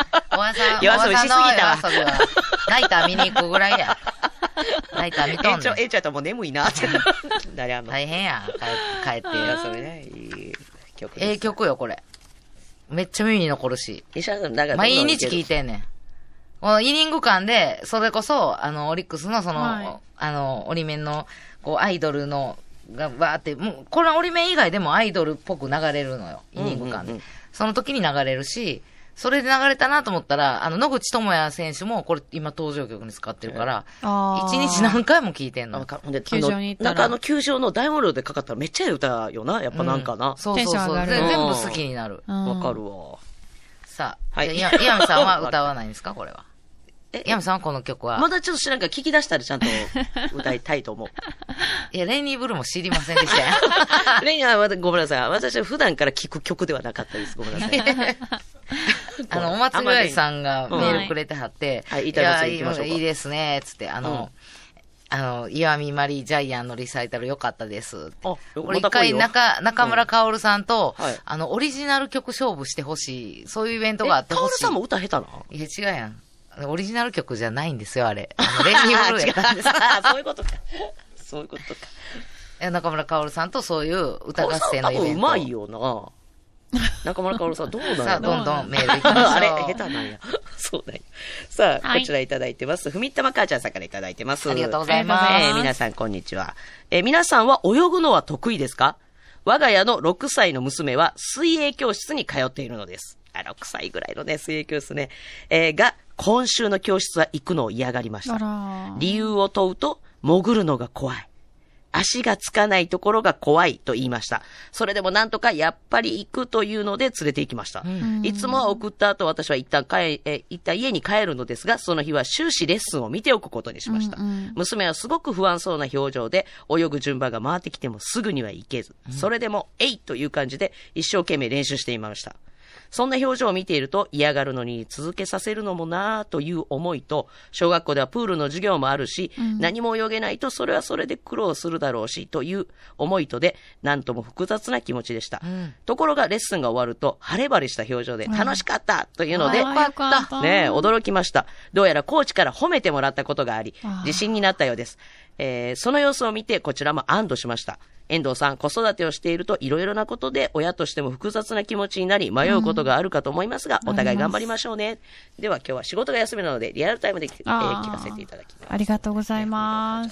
おばさん、 夜遊びしすぎたわ。 夜遊びは、ナイター見に行くぐらいや。ナイター見とんねん。 えんちょ、えんちょやったらもう眠いなって。誰あんの大変や。帰って。夜遊びね。いい曲です。ええ曲よ、これ。めっちゃ耳に残るし。毎日聞いてんねん。このイニング間で、それこそ、あの、オリックスのその、はい、あの、オリメンの、こう、アイドルの、が、わーって、もう、これはオリメン以外でもアイドルっぽく流れるのよ。イニング間で。うんうんうん、その時に流れるし、それで流れたなと思ったら、あの、野口智也選手も、これ今登場曲に使ってるから、一日何回も聴いてんの。 球場に行ったら。 なんかあの球場の大音量でかかったらめっちゃいい歌よな、やっぱなんかな。うん、 そうそうそう。全部好きになる。 わかるわ。 さあ、はい。岩見さんは歌わないんですかこれは。え、岩見さんはこの曲はまだちょっと知らんから聞き出したらちゃんと歌いたいと思う。 いや、レイニーブルーも知りませんでしたよ。 レイニーはごめんなさい。私は普段から聴く曲ではなかったです。ごめんなさい。 あの、お祭りさんがメールくれてはって、 はい、いただきましょう。 いいですね、つって、あの、あの、岩見マリージャイアンのリサイタル良かったです。あ、これ一回中、中村薫さんと、あの、オリジナル曲勝負してほしい。そういうイベントがあってほしい。 薫さんも歌下手な？ いや、違うやん。オリジナル曲じゃないんですよ、あれ。あの、レイニーブルーやったんです。 そういうことか。そういうことか。 中村薫さんとそういう歌合戦のイベント。 多分うまいよな。中村薫さんどうなんやさあ、どんどんメールいきましょう。 あれ、下手なんや。そうなんや。さあ、はい、こちらいただいてます。ふみったま母ちゃんさんからいただいてます。 ありがとうございます。 えー、皆さんこんにちは。えー、皆さんは泳ぐのは得意ですか？我が家のろくさいの娘は水泳教室に通っているのです。あ、ろくさいぐらいのね、水泳教室ね。えー、が、今週の教室は行くのを嫌がりました。理由を問うと、潜るのが怖い。足がつかないところが怖いと言いました。それでもなんとかやっぱり行くというので連れて行きました。うん、いつもは送った後私は一旦帰、え、一旦家に帰るのですが、その日は終始レッスンを見ておくことにしました。うんうん、娘はすごく不安そうな表情で、泳ぐ順番が回ってきてもすぐには行けず、それでも、えいという感じで一生懸命練習していました。そんな表情を見ていると嫌がるのに続けさせるのもなぁという思いと、小学校ではプールの授業もあるし、うん、何も泳げないとそれはそれで苦労するだろうしという思いとで、なんとも複雑な気持ちでした。うん、ところがレッスンが終わると晴れ晴れした表情で楽しかったというので、 うん、よかった。 ねえ、驚きました。どうやらコーチから褒めてもらったことがあり、自信になったようです。えー、その様子を見てこちらも安堵しました。遠藤さん、子育てをしているといろいろなことで親としても複雑な気持ちになり迷うことがあるかと思いますが、うん、お互い頑張りましょうね。では今日は仕事が休みなのでリアルタイムで、えー、聞かせていただきます。 ありがとうございます。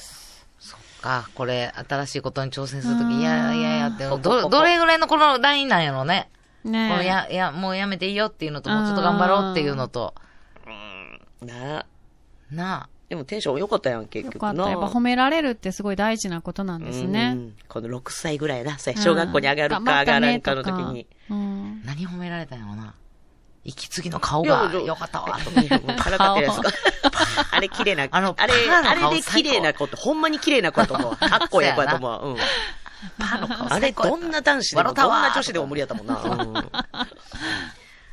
そっか、これ新しいことに挑戦するとき、いやいやいやって、ど、どれぐらいのこのラインなんやろね。ねえ。このや、いや、もうやめていいよっていうのと、もうちょっと頑張ろうっていうのと。 うん。なあ。 なあ。 でもテンション良かったやん、結局な。 よかった。やっぱ褒められるってすごい大事なことなんですね。 うん、このろくさいぐらいな、小学校に上がるか上がらんかの時に。 うん、何褒められたんやろな。息継ぎの顔が良かったわ、とか。 からかってるやつが。あれ綺麗な、あの、あれ、あれで綺麗な子って、ほんまに綺麗な子やと思う。かっこええ子やと思う。うん。 パーの顔あれ、どんな男子でも、どんな女子でも無理やったもんな。うん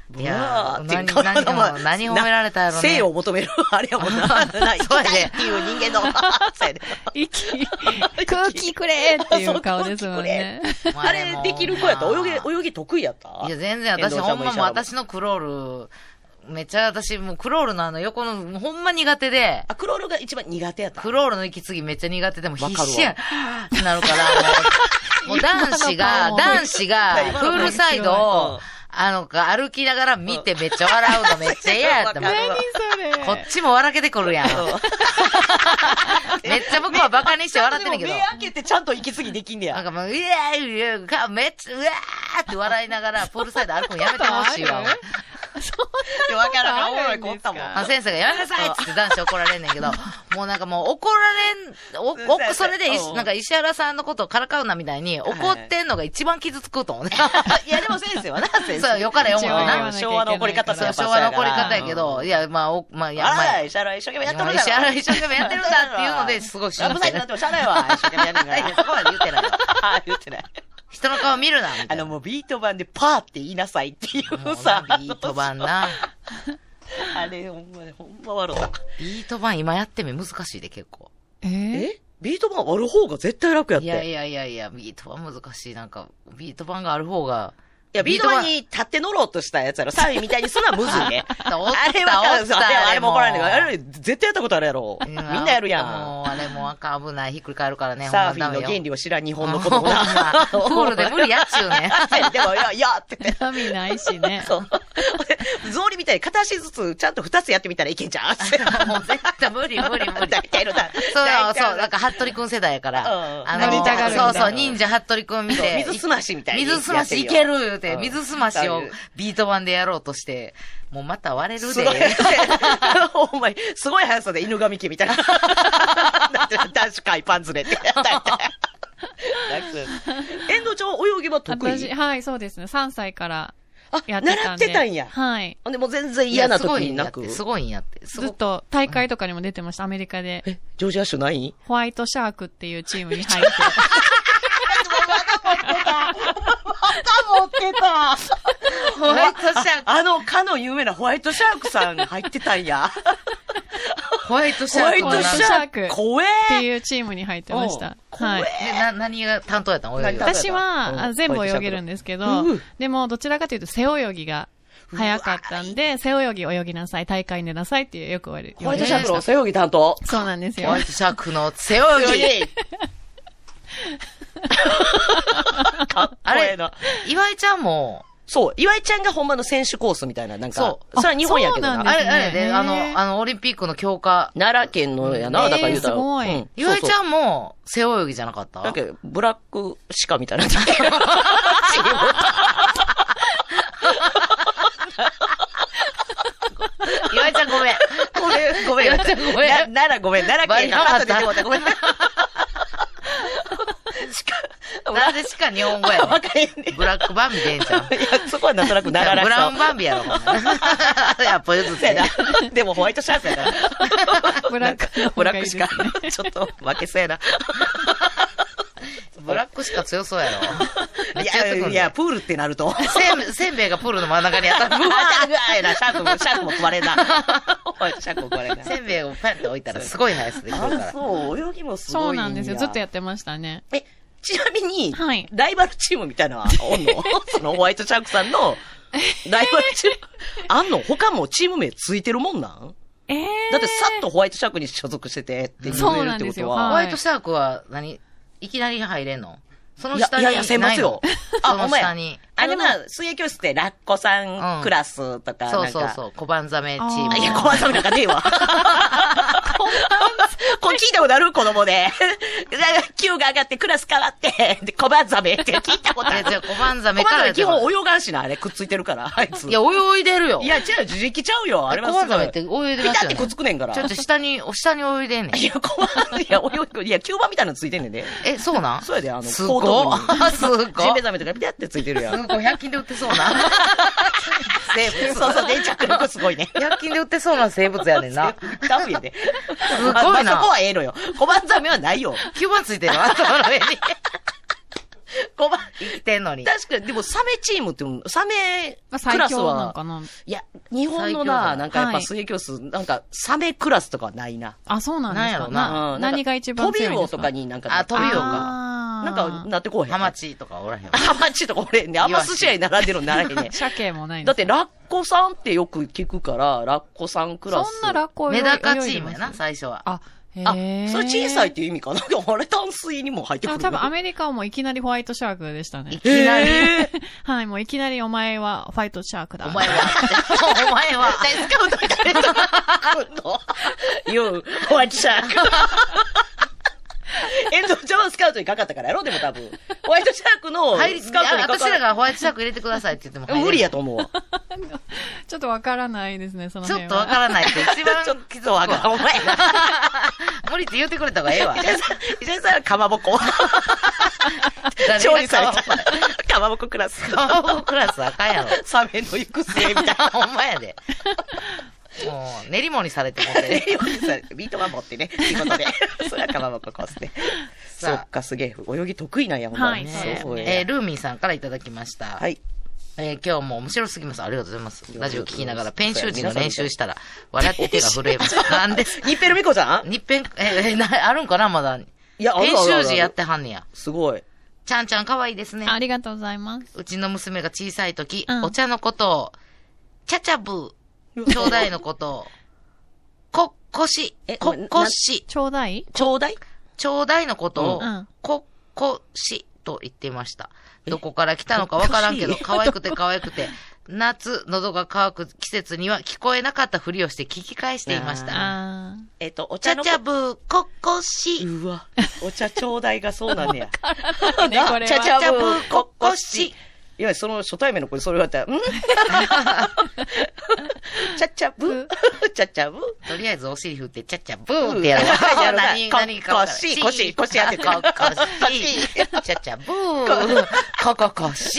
いやー、何、 ブワーって何も、何褒められたやろね。 生を求める、あれやもんな。ないそうやねっていう人間の、そうやね。 息、空気くれっていう顔ですもんね。 あれ、できる子やった泳ぎ、泳ぎ得意やったいや、全然私、ほんまもう私のクロール、めっちゃ私、もうクロールのあの横の、もうほんま苦手で、 あ、クロールが一番苦手やった。 クロールの息継ぎめっちゃ苦手でも必死やん。ってなるから、もう、もう男子が、男子が、プールサイドを、あの、歩きながら見てめっちゃ笑うのめっちゃ嫌やったもん。 何それ。 こっちも笑けてくるやん。めっちゃ僕はバカにして笑ってんねんけど。 目開けてちゃんと息継ぎできんねや。 なんかもう、うわー、うわー、めっちゃ、うわーって笑いながら、プールサイド歩くのやめてほしいわ。 で、わからん。おもろい子おったもん。 あ、先生がやめなさいっつって男子怒られんねんけど、もうなんかもう怒られん、お、お、それで、なんか石原さんのことをからかうなみたいに怒ってんのが一番傷つくと思うね。 いや、でも先生はな、先生。 そう、よから読むのな。 昭和の怒り方そう、昭和の怒り方やけど、いや、まあ、お、まあ、いや、まあ、 石原一生懸命やってるんだ石原一生懸命やってるんだっていうので、すごい信じてラブサイトになってもしゃあないわ。一生懸命やんねんから。 そこまで言ってないよ。 言ってない。 人の顔見るな、みたいな。 あの、もうビート版でパーって言いなさいっていうさ。 ビート版な。 あれ、ほんまに、ほんま笑った。 ビート版今やってみ難しいで結構。 えー、 えビート版ある方が絶対楽やって。 いやいやいやいや、ビート版難しい。なんか、ビート版がある方が。 いや、ビート版に立って乗ろうとしたやつやろ。サーミみたいにするのはむずいね。 おったあれは、 おったあれも怒られんねんあから。あれ、絶対やったことあるやろ。みんなやるやん。 もう、あれもう赤危ない。ひっくり返るからね。 サーフィンの原理を知らん日本の子供ほんまな。 プールで無理やっちゅうね。 でも、いや、いや、って言って。 波ないしね。 そう。草履みたいに片足ずつちゃんと二つやってみたらいけんじゃん。 もう絶対無理無理無理。 大体のだ。 そうそう、なんか、服部くん世代やから。 うんあなりたがるんだそうそう、忍者服部くん見て。 水すましみたいに。 水すましいける言うて、 うん水すましをビート版でやろうとして、もうまた割れるで。 すごい。お前、すごい速さで犬神家みたいな。だって男子海パンズレってやったみたいな。遠藤ちゃんは泳ぎは得意？ 私、はい、そうですね。さんさいからあ、 やってたんで。 習ってたんや。 はい。 ほんでもう全然嫌な時になく。 すごいんやって。すごいんやって。 ずっと大会とかにも出てました、アメリカで。 え、ジョージア州ないホワイトシャークっていうチームに入って。 持ってたホワイトシャーク。 あの、かの有名なホワイトシャークさん入ってたんや。 ホワイトシャーク。 ホワイトシャーク。怖えっていうチームに入ってました。はい。 で、な、何が担当やったの泳ぎは。 私は、あ全部泳げるんですけど、でもどちらかというと背泳ぎが早かったんで、背泳ぎ泳ぎなさい、大会に出なさいっていうよく言われる。 ホワイトシャークの背泳ぎ担当。 そうなんですよ。 ホワイトシャークの背泳ぎ。あれ、岩井ちゃんも、 そう、岩井ちゃんがほんまの選手コースみたいな、なんか、 そう。それは日本やけどな。 なあれ、あれで、あの、あの、オリンピックの強化。 奈良県のやな、だから言うたら。 すごい。 うん岩井ちゃんも、背泳ぎじゃなかっただけど、ブラックシカみたいな。 岩井ちゃんごめん。 ごめん、ごめん。 岩井ちゃんごめん。 な、奈良ごめん、奈良県がパッと出てもうた、ごめん。 なんでしか日本語やわかんねブラックバンビでええんちゃういや、そこはなんとなく奈良らしブラさウンバンビやろ、ほんならやっぱ譲って。 でもホワイトシャークやから。 ブラックの方ブラッがいいですねクしか、ちょっと負けそうやな。 ブラックしか強そうやろ。めっいや、 ちゃやってくるいや、プールってなると。 せん、せんべいがプールの真ん中にあったら、 うわーぐわーやな、シャークも、シャークも食われんな。ホワイトシャークも食われんな。 せんべいをパンって置いたらすごい速さできるから。 あ、そう、泳ぎもすごい。 そうなんですよ。ずっとやってましたね。 え、ちなみに、 はいライバルチームみたいなのはおんのそのホワイトシャークさんの、ライバルチーム、あんの他もチーム名ついてるもんなんええー。 だってさっとホワイトシャークに所属しててって言そうえるなんですよってことは。 ホワイトシャークは何、いきなり入れんのその下にいやいやいや選抜よあその下に。 あれまあ、水泳教室ってラッコさんクラスとか、なんか。 そうそうそう、小判ザメチーム。 あいや、小判ザメなんかねえわ。これ聞いたことある子供で。級が上がってクラス変わって、で、小判ザメって聞いたことある。 いや、じゃ小判ザメ小から。 判ザメ基本泳がんしな、あれくっついてるから、あいつ。 いや、泳いでるよ。 いや、違う、自力ちゃうよ。あれは小判ザメって泳いでますよね。 ピタってくっつくねんから。 ちょっと下に、下に泳いでんねん。 いや、小判、いや、泳ぐ、いや、吸盤みたいなのついてんねんで。 え、そうなんそうやで、あの、 すごっ。すごっ。 ジンベエザメとかピタってついてるやん。 すごい、ひゃく均で売ってそうな。生物。 そうそう、粘着力すごいね。 ひゃく均で売ってそうな生物やねんな。 ダフやで。 すごいな。 そこはええのよ。小判ザメはないよ。 きゅうばんついてるわ、頭の上に。 ごばん。 生きてんのに。 確かに、でもサメチームって、サメまあ、 ク最強ラスは、 なんかな。 いや、日本のな、 最強だなんかやっぱはい水泳教室、なんかサメクラスとかはないな。 あ、そうなんですか。 なんやろなうんなんか何が一番強いんですか。 飛び魚とかになんか、 あ飛び魚かあーなんか、なってこうへん。 ハマ。チとかおらへんわ。 ハマチとか俺ね、あんま寿司屋に並んでるのならへんね。 鮭もないんですか。 だって、ラッコさんってよく聞くから、ラッコさんクラス。 そんなラッコメダカチ泳いでますームやな、最初は。 あ、へあ、 ーそれ小さいっていう意味かな。あれ淡水にも入ってくる。 あ多分アメリカはもういきなりホワイトシャークでしたねい。きなり。 えはい、もういきなりお前はファイトシャークだ。 お前は、お前は、 スカウトに誰と来んの ?You, ホワイトシャーク。遠藤ちゃんはスカウトにかかったからやろでも多分。ホワイトシャークの入り、 スカウトにかか私らがホワイトシャーク入れてくださいって言っても入れる無理やと思うわ。 ちょっとわからないですね、そのちょ辺は。 っとわからないって一番きついわからん。お前無理って言ってくれた方がええわ。 石井さんはかまぼこ。調理された。かまぼこクラス。 かまぼこクラスあかんやろ。 サメの行く末みたいな。 ほんまやで。もう、練り物にされてもってね。 ビートマン持ってね。っていうことで。それはかまぼこコースね。そさあっか、すげえ。泳ぎ得意なんや、ほんまに。 はいそうですねそうやえールーミンさんからいただきました。 はい。 えー今日も面白すぎます。ありがとうございます。ラジオ聞きながら、ペンそうや習字の練習したら、笑って手が震えました。なんですニッペルミコさん日ペン、えー、な、あるんかなまだ。 いや、ある編あるあるある集時やってはんねや。 すごい。 ちゃんちゃん可愛いですね。 ありがとうございます。 うちの娘が小さい時、 うんお茶のことを、ちゃちゃぶ、ちょうだいのことを、こっこしえ、 こっこし、 ちょうだいちょうだいちょうだいのことをうん、 こっこしと言っていました。どこから来たのかわからんけど、 こっこし可愛くて可愛くて、夏、喉が渇く季節には聞こえなかったふりをして聞き返していました。 あえっと、おちゃ茶のちゃぶ、こっこし、 うわ。お茶ちょうだいがそうなんねや。 ー。ね、これは。 ちゃちゃちゃぶぶ、 こっこっこしこし。いや、その初対面の子にそれ言われたら、んちゃちゃぶ、ちゃちゃぶ。 とりあえずお尻振って、ちゃっちゃブーってやるわ。 やるな何、何かわからん。 腰腰腰当ててこっこし。ちゃっちゃブー。こここし。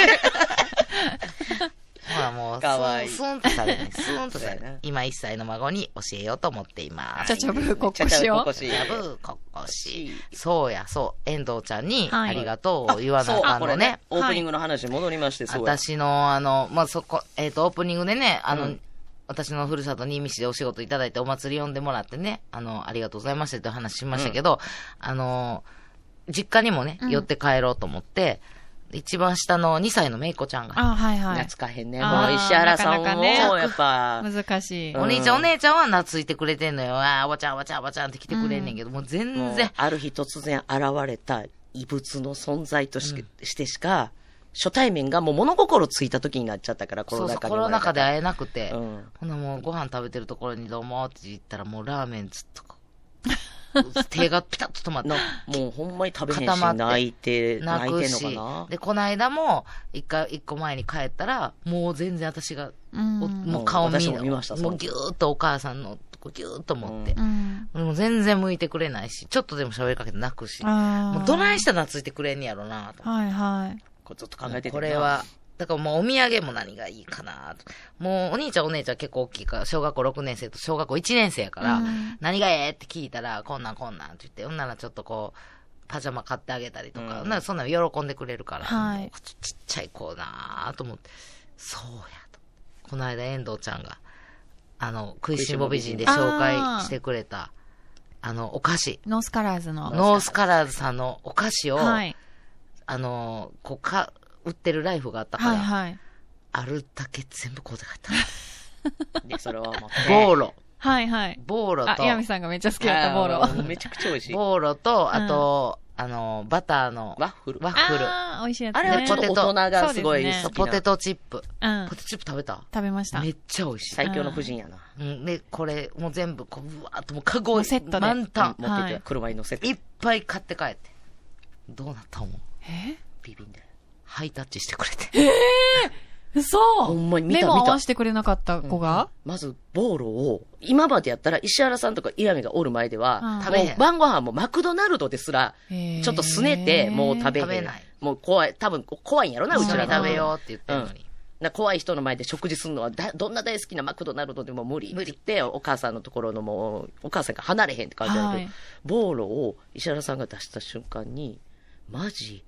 ほらもう、 かわいいスンスンとされるね。スンとされそうやなる。今いっさいの孫に教えようと思っています。 ちゃちゃぶこっこちゃちゃしをぶこっこ。し。 ちゃぶー、こっこし。そうや、そう。遠藤ちゃんに、 はいありがとうを言わなそう、 あかんのねこれね。。オープニングの話に戻りまして、そうや。 私の、あの、まあ、そこ、えっ、と、オープニングでね、あの、 うん私のふるさと新見市でお仕事いただいてお祭り呼んでもらってね、あの、ありがとうございましたという話しましたけど、あの、実家にもね、 うん寄って帰ろうと思って、一番下のにさいのめいこちゃんが、 あ、はいはい。 懐かへんね。 あーもう石原さんも、 なかなかねやっぱ、 難しい。 うんお兄ちゃんお姉ちゃんは懐いてくれてんのよ。ああ、おばちゃんおばちゃんおばちゃんって来てくれんねんけど、もう全もう然、 ある日突然現れた異物の存在とし,、してしか、初対面がもう物心ついた時になっちゃったから、コそうそう、 ロナ禍コロナ禍で会ええなくて、 うんほなもうご飯食べてるところにどうもって言ったらもうラーメンずっとこう、手がピタッと止まって、 なもうほんまに食べへんし、 固まって泣いて、 泣く泣いてんのしかな。 で、この間も、一回、一個前に帰ったら、もう全然私が、 うんおもう顔見私も見ましたもうギューッとお母さんのとこギューッと持ってう、ん。 もう全然向いてくれないし、ちょっとでも喋りかけて泣くし、 あもうどないしたら懐いてくれんねやろなと。 はいはい。 これずっと考えててなこれは、だからもうお土産も何がいいかなと。もうお兄ちゃんお姉ちゃん結構大きいから、小学校ろくねん生と小学校いちねん生やから、 うん何がええって聞いたら、こんなんこんなんって言って、ほんならちょっとこう、パジャマ買ってあげたりとか、 うんほんならそんなの喜んでくれるから、 はいもうちちっちゃい子なぁと思って、そうやと。この間遠藤ちゃんが、あの、食いしん坊美人で紹介してくれた、あの、お菓子。 ノースカラーズの。 ノースカラーズさんのお菓子を、 はい。 あの、こうか、売ってるライフがあったから、 はいはい。 あるだけ全部買うて帰った。 で、それはもう、 ボーロ。 はいはい。 ボーロと、 あ、岩見さんがめっちゃ好きだったボーロ。 あーめちゃくちゃ美味しい。 ボーロと、あと、あの、バターのワッフル。 ワッフル。 あー、美味しいやつね。 あれはちょっと大人がすごい好きな。 ポテトチップ。 うんポ。テトチップ食べた食べましため。っちゃ美味しい。 最強の夫人やな。 うん。で、これ、もう全部、こう、うわーっともうカゴもうセットで満タン。 持ってて、 はい車に乗せて。 いっぱい買って帰って。どうなったもんえビビンで。 ハイタッチしてくれて。 嘘ほんまに見た目も見た合わせてくれなかった子がまず、ボーロを、今までやったら石原さんとかイラミがおる前では、 うん食べへんもう晩ご飯もマクドナルドですら、 ちちょっと拗ねて、もう食べへん。 食べないもう怖い、多分怖いんやろな、う一緒にちらが食べようって言ってんのに。 な怖い人の前で食事するのはだ、どんな大好きなマクドナルドでも無理って言って、お母さんのところのもう、お母さんが離れへんって感じだけど、 はいボーロを石原さんが出した瞬間に、マジ、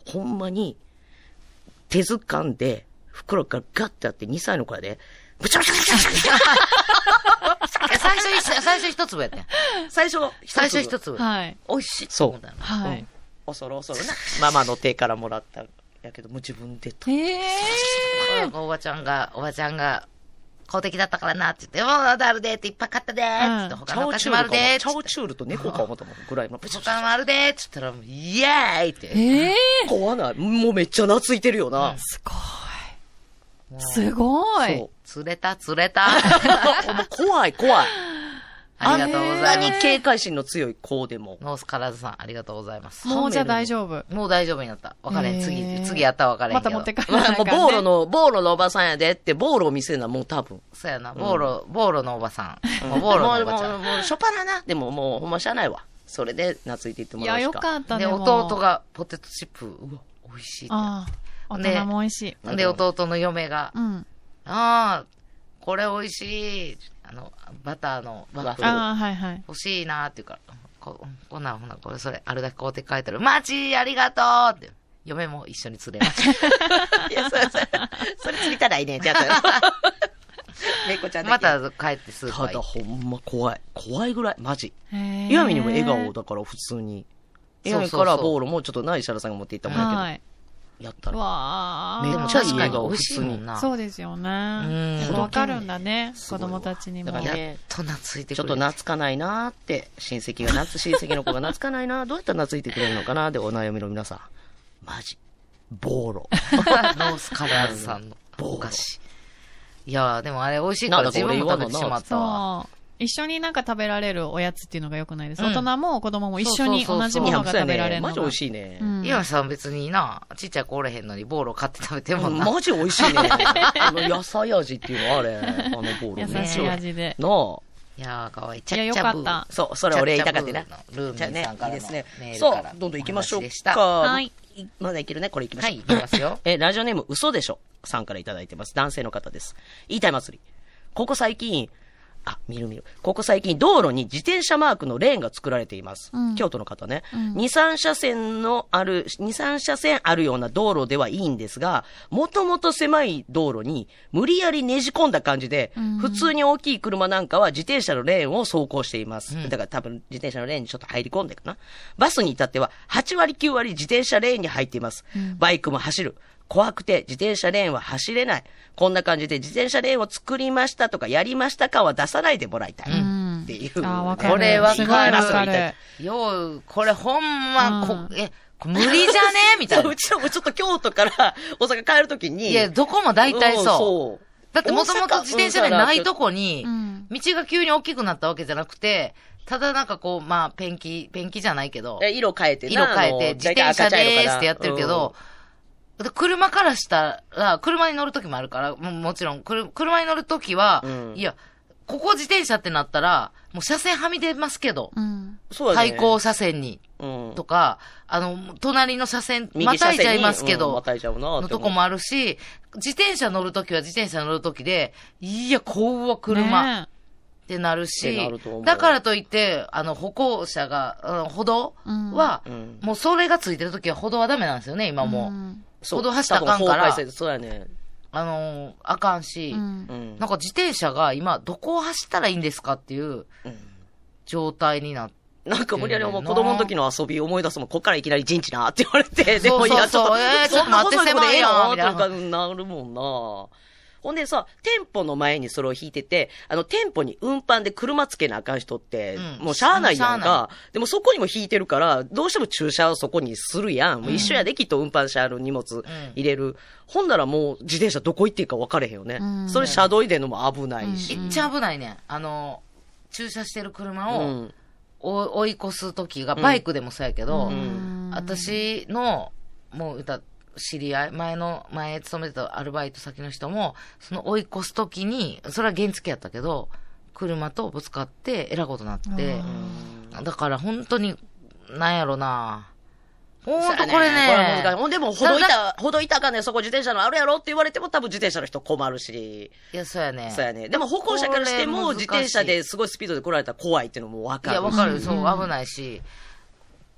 ほんまに、手づかんで、袋からガッてあってにさいの子やで、ブチャブチャブチャブチャ最初一、最初一粒やってん。 最初、 最初一粒。 はい。 美味しい。 そうだな。 はいうん。恐る恐るな。ママの手からもらった。やけど、もう自分でと。 ええおばちゃんが、おばちゃんが、公的だったからなって言って、おー、だるでっていっぱい買ったでーって、他のお菓子もあるでーって。 チャオチュールと猫か思ったもん、ぐらいの。 他もあるでーって言ったら、イエーイって。 ええ怖ない。もうめっちゃ懐いてるよな。 すごい。すごい。 そう。 釣れた、釣れた。 もう怖い、怖い。 ありがとうございます。 あんなに警戒心の強い子でも。 ノースカラーズさん、ありがとうございます。 もうじゃあ大丈夫。 もう大丈夫になった。わかれん。 へー次、次やったらわかれんけど。 また持って帰まあ、もう、 らなあかんねボーロの、ボーロのおばさんやでって、ボーロを見せるのはもう多分。 そうやな。ボーロ、ボーロのおばさん。もうボーロのおばちゃん。 もう、もう、もう、しょっぱなな。でももう、ほんましゃあないわ。それで、懐いていってもいや、 らうしか。 よかったね。 で、 もう弟。がポテトチップ、うわ、美味しいって。 ああ、大人も美味しい。 で、弟の嫁が、 うん。 ああ、これ美味しい。あの、バターのワッフルああ、はいはい。 欲しいなーって言うから、ここんなんほな、これそれ、あるだけ買うて書いてある。マジありがとうって。嫁も一緒に釣れました。 いや、それ、それ、それ釣りたらいいねんってやつやろ。猫ちゃんだまけ。 た帰ってスーパーただほんま怖い。怖いぐらい。マジ。 へー岩見にも笑顔だから普通に。岩見からボールもちょっとない石原さんが持っていったもんやけど。 はい。 やったら。 わあ。 めっでもちゃいい笑顔確かに美味しいもんな。 そうですよね。 うんわかるんだね。子すごいわ供たちにもだ。からやっと懐いてくれちょっと懐かないなーって、親戚が懐、親戚の子が懐かないなー、どうやったら懐いてくれるのかなーでお悩みの皆さん。マジ。ボーロ。 ノースカラーズさんのお菓子。いやー、でもあれ美味しいからなんだか俺自分も食べてしまったわ。 そう。一緒になんか食べられるおやつっていうのが良くないです。 うん大人も子供も一緒にそうそうそうそう同じものが食べられるのが。 マジ美味しいね。 うん岩見さん別にな、ちっちゃい子おれへんのにボーロ買って食べてもな。 マジ美味しいね。あの野菜味っていうのあれ。あのボール。 優しい味で。 なあ。 いやー、かわいい。 いや、よかった。 そう、それ俺言いたかったな。 チャッチャブーのルーミンさんからのじゃあねメールからそう、どんどん行きましょうお話でしたか。 はい。 まだいけるね。これ行きましょう。 はい、いきますよ。 え、ラジオネーム嘘でしょさんからいただいてます。男性の方です。言いたい祭り。ここ最近、あ、見る見る。ここ最近道路に自転車マークのレーンが作られています。 うん京都の方ね。 うんに、さん車線のある、に、さん車線あるような道路ではいいんですが、もともと狭い道路に無理やりねじ込んだ感じで、 うん普通に大きい車なんかは自転車のレーンを走行しています。 うんだから多分自転車のレーンにちょっと入り込んでるかな。バスに至ってははち割きゅう割自転車レーンに入っています。 うんバイクも走る。怖くて自転車レーンは走れない。こんな感じで自転車レーンを作りましたとかやりましたかは出さないでもらいたい。 うんっていう。 あーわかるこれわかるすごいわかる。 よう、これほんま、こうんえ、こ無理じゃねみたいなう。ちのもちょっと京都から大阪帰るときに。 いや、どこも大体うんそう。 そう。 だってもともと自転車でないとこにう、ん。 道が急に大きくなったわけじゃなくて、ただなんかこう、まあ、ペンキ、ペンキじゃないけど、 え色変えてな色変えて、自転車でーすってやってるけど、で車からしたら、車に乗るときもあるから、ももちろん、くる車に乗るときは、 うんいや、ここ自転車ってなったら、もう車線はみ出ますけど、 うん。 そうやね対向車線に、 うんとか、あの、隣の車線、ま右車線にたいちゃいますけうんどま、たいちゃうなのとこもあるし、自転車乗るときは自転車乗るときで、いや、怖車。 ねってなるってしなると思う、 だからといって、あの、歩行者が、うん歩道うんは、 うんもうそれがついてるときは歩道はダメなんですよね、今もう。 うんそう歩道走ったらあかんから多分法改正そうやね。 あのーあかんし、 うんうんなんか自転車が今、どこを走ったらいいんですかっていううん状態になって、 なんか無理やりもう子供の時の遊び思い出すもん、こっからいきなり陣地なって言われて、でもそうそうそういや、ちょっと、 えーちょっとそんな待って細いことええ狭いやんのみたいなとかなるもんな。ほんでさ、店舗の前にそれを引いてて、あの、店舗に運搬で車つけなあかん人って、 うんもうしゃあないやんしゃあなか。でもそこにも引いてるから、どうしても駐車をそこにするやん。もう一緒やで、きっと運搬車の荷物入れる。ほんならもう自転車どこ行っていいか分かれへんよね。 うんそれ車道入れるのも危ないし。 めっちゃ危ないねん。あのー駐車してる車を、 うんお追い越すときが、バイクでもそうやけど、 うん私の、もう言ったら知り合い、前の、前勤めてたアルバイト先の人も、その追い越すときに、それは原付やったけど、車とぶつかって、えらいことになって、だから本当に、なんやろなほんとこれそうやねこれは難しいね、 ほんでも、ほどいた、ほどいたかね、そこ自転車のあるやろって言われても多分自転車の人困るし。 いや、そうやね。 そうやね。でも歩行者からしても、 これ難しい自転車ですごいスピードで来られたら怖いっていうのもわかる。 いや、わかる。そう、 うん危ないし、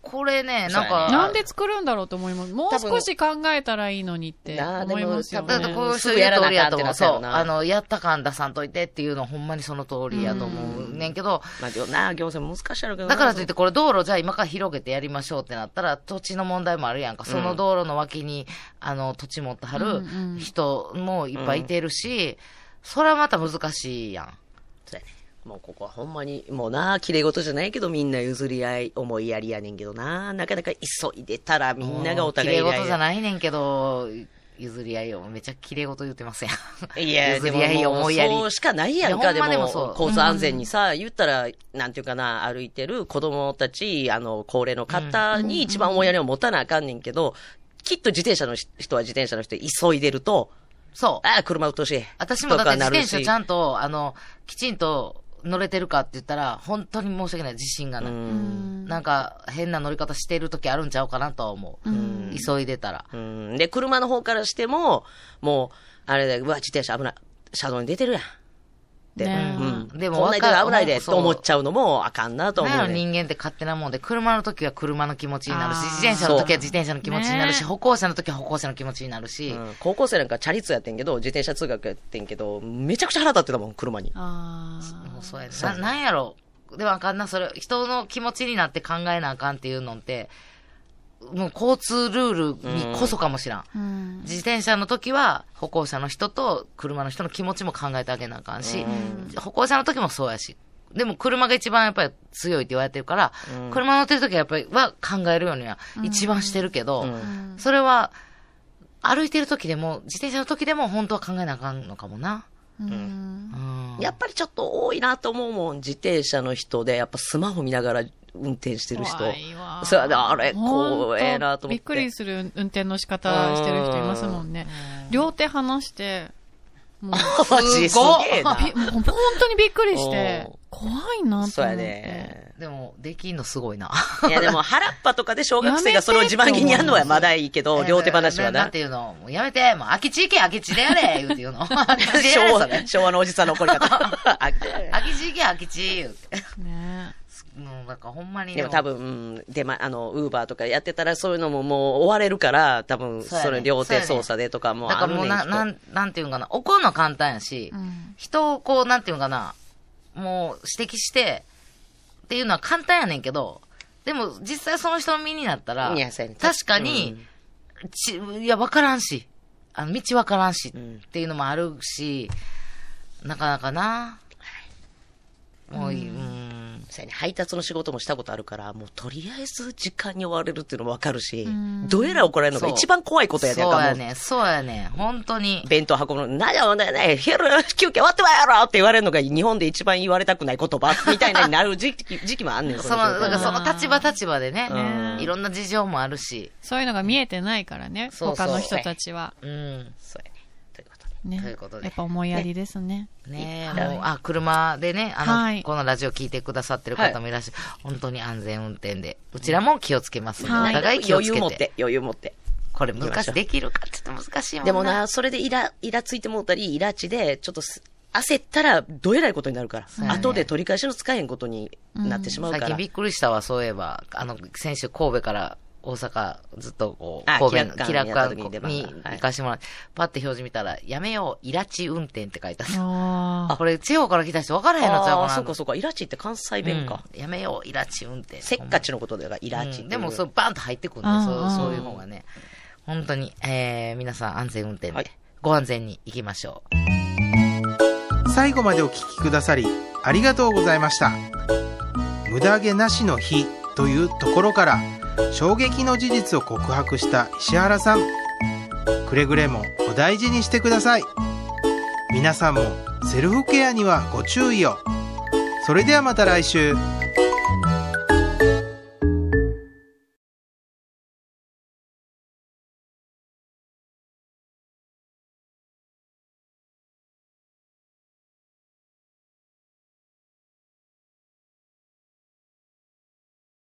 これね、なんか。 なんで作るんだろうと思います。もう少し考えたらいいのにって思いますよね。 だってこういう人言う通りやと思う。そう。あの、やった感出さんといてっていうのはほんまにその通りやと思うねんけど。 まあ、な行政も難しいやろうけど。 だからといってこれ道路じゃあ今から広げてやりましょうってなったら土地の問題もあるやんか。その道路の脇に、あの、土地持ってはる人もいっぱいいてるし、それはまた難しいやん。 そうやね。もうここはほんまに、もうな、綺麗事じゃないけどみんな譲り合い、思いやりやねんけどな、なかなか急いでたらみんながお互い綺麗事じゃないねんけど、譲り合いをめちゃ綺麗事言ってますやん。 いや、 譲り合い思いやり。 そうしかないやんか、でも、 でもそう交通安全にさ、言ったら、なんていうかな、歩いてる子供たち、あの、高齢の方に一番思いやりを持たなあかんねんけど、きっと自転車の人は自転車の人急いでると、 そう。 ああ、車うっとうしい。 私もだって自転車ちゃんと、あの、きちんと乗れてるかって言ったら、本当に申し訳ない。自信がない。なんか、変な乗り方してる時あるんちゃうかなとは思う。急いでたら。 うんで、車の方からしても、もう、あれだよ、うわ、自転車危ない。車道に出てるやん。で、 ねうん。 でもこんな人危ないで、 そうと思っちゃうのもあかんなと思う、ね。 なんやろ人間って勝手なもんで、車の時は車の気持ちになるし、 あー自転車の時は自転車の気持ちになるし、 ね歩行者の時は歩行者の気持ちになるし、 うん高校生なんかチャリ通やってんけど、自転車通学やってんけど、めちゃくちゃ腹立ってたもん、車に。 あもうそうやねそうな。なんやろでもあかんな、それ、人の気持ちになって考えなあかんっていうのって、もう交通ルールにこそかもしらん。 うん自転車の時は歩行者の人と車の人の気持ちも考えてあげなあかんし、歩行者の時もそうやし。でも車が一番やっぱり強いって言われてるから、 うん車乗ってる時はやっぱりは考えるようには一番してるけど、 うんそれは歩いてる時でも、自転車の時でも本当は考えなあかんのかもな。 うんうん。 やっぱりちょっと多いなと思うもん、自転車の人で、やっぱスマホ見ながら運転してる人。 怖いわそうやね、あれ、 ほんと怖えなと思って。 びっくりする運転の仕方してる人いますもんね。両手離して、もう、 マジすげえな。 びもう本当にびっくりしてお、 怖いなと思って。 そうやね。 でも、できんのすごいな。 いやでも原っぱとかで小学生がそれを自慢げにやるのはまだいいけど、両手話はなななん。ていうのもうやめて、もう空き地行け、空き地でやれ、言うて言うの。空き地でやれ、 昭それ和昭和のおじさんの怒り方。あ空き地行け、空き地、言うて。 ねもう、だからほんまに。 でも多分、うんで、ま、あの、ウーバーとかやってたらそういうのももう追われるから、多分、 そうやねそれ両手操作でとかもだあるねからもうな、なん、なんていうんかな、怒るのは簡単やし、 うん人をこう、なんていうんかな、もう指摘して、っていうのは簡単やねんけど、でも実際その人の身になったら、 いやそうやね確かに、ちいや、わからんし、あの、道わからんし、 うんっていうのもあるし、なかなかな、もう、うん、 そうやね配達の仕事もしたことあるから、もうとりあえず時間に追われるっていうのもわかるしん、 どえらい怒られるのがそう一番怖いことやねんか、もう。 そうやねん、そうやねん、本当に。 弁当運ぶの、なんやお前ね、昼休憩終わってまやろって言われるのが日本で一番言われたくない言葉みたいなになる時期時期もあんねん、 その、だからその立場立場でねう、んいろんな事情もあるし、 そういうのが見えてないからね、 そうそう他の人たちは。 うん。 そうやね。ということで。 ねということでやっぱ思いやりですね。 ねえ、 はいもう、あ、車でね、あの、 はいこのラジオ聞いてくださってる方もいらっしゃる、本当に安全運転で、うちらも気をつけますので、 はいお互い気をつけて。 余裕持って、余裕持って。 これ難しい、できるかって言って難しいもんでもな、それでイラ、イラついてもうたり、イラチで、ちょっとす焦ったら、どえらいことになるから。 うやね後で取り返しの使えへんことになってしまうから。 最近びっくりしたわ、そういえば、あの、先週神戸から大阪ずっとこう、 あ神戸の気楽気楽やった時に出番がにはい行かしてもらって、パッて表示見たら、やめよう、イラチ運転って書いてあった。 あこれ地方から来た人分からへんのちゃうかああ、 な。 そうかそうか。イラチって関西弁か。 うんやめよう、イラチ運転。 せっかちのことだから、イラチっていう。 うんでも、そう、バンと入ってくるね。 あーそうあーそういう方がね。本当に、えー、皆さん安全運転で、 はいご安全に行きましょう。 最後までお聞きくださりありがとうございました。無駄毛なしの日というところから衝撃の事実を告白した石原さん、くれぐれもお大事にしてください。皆さんもセルフケアにはご注意を。それではまた来週。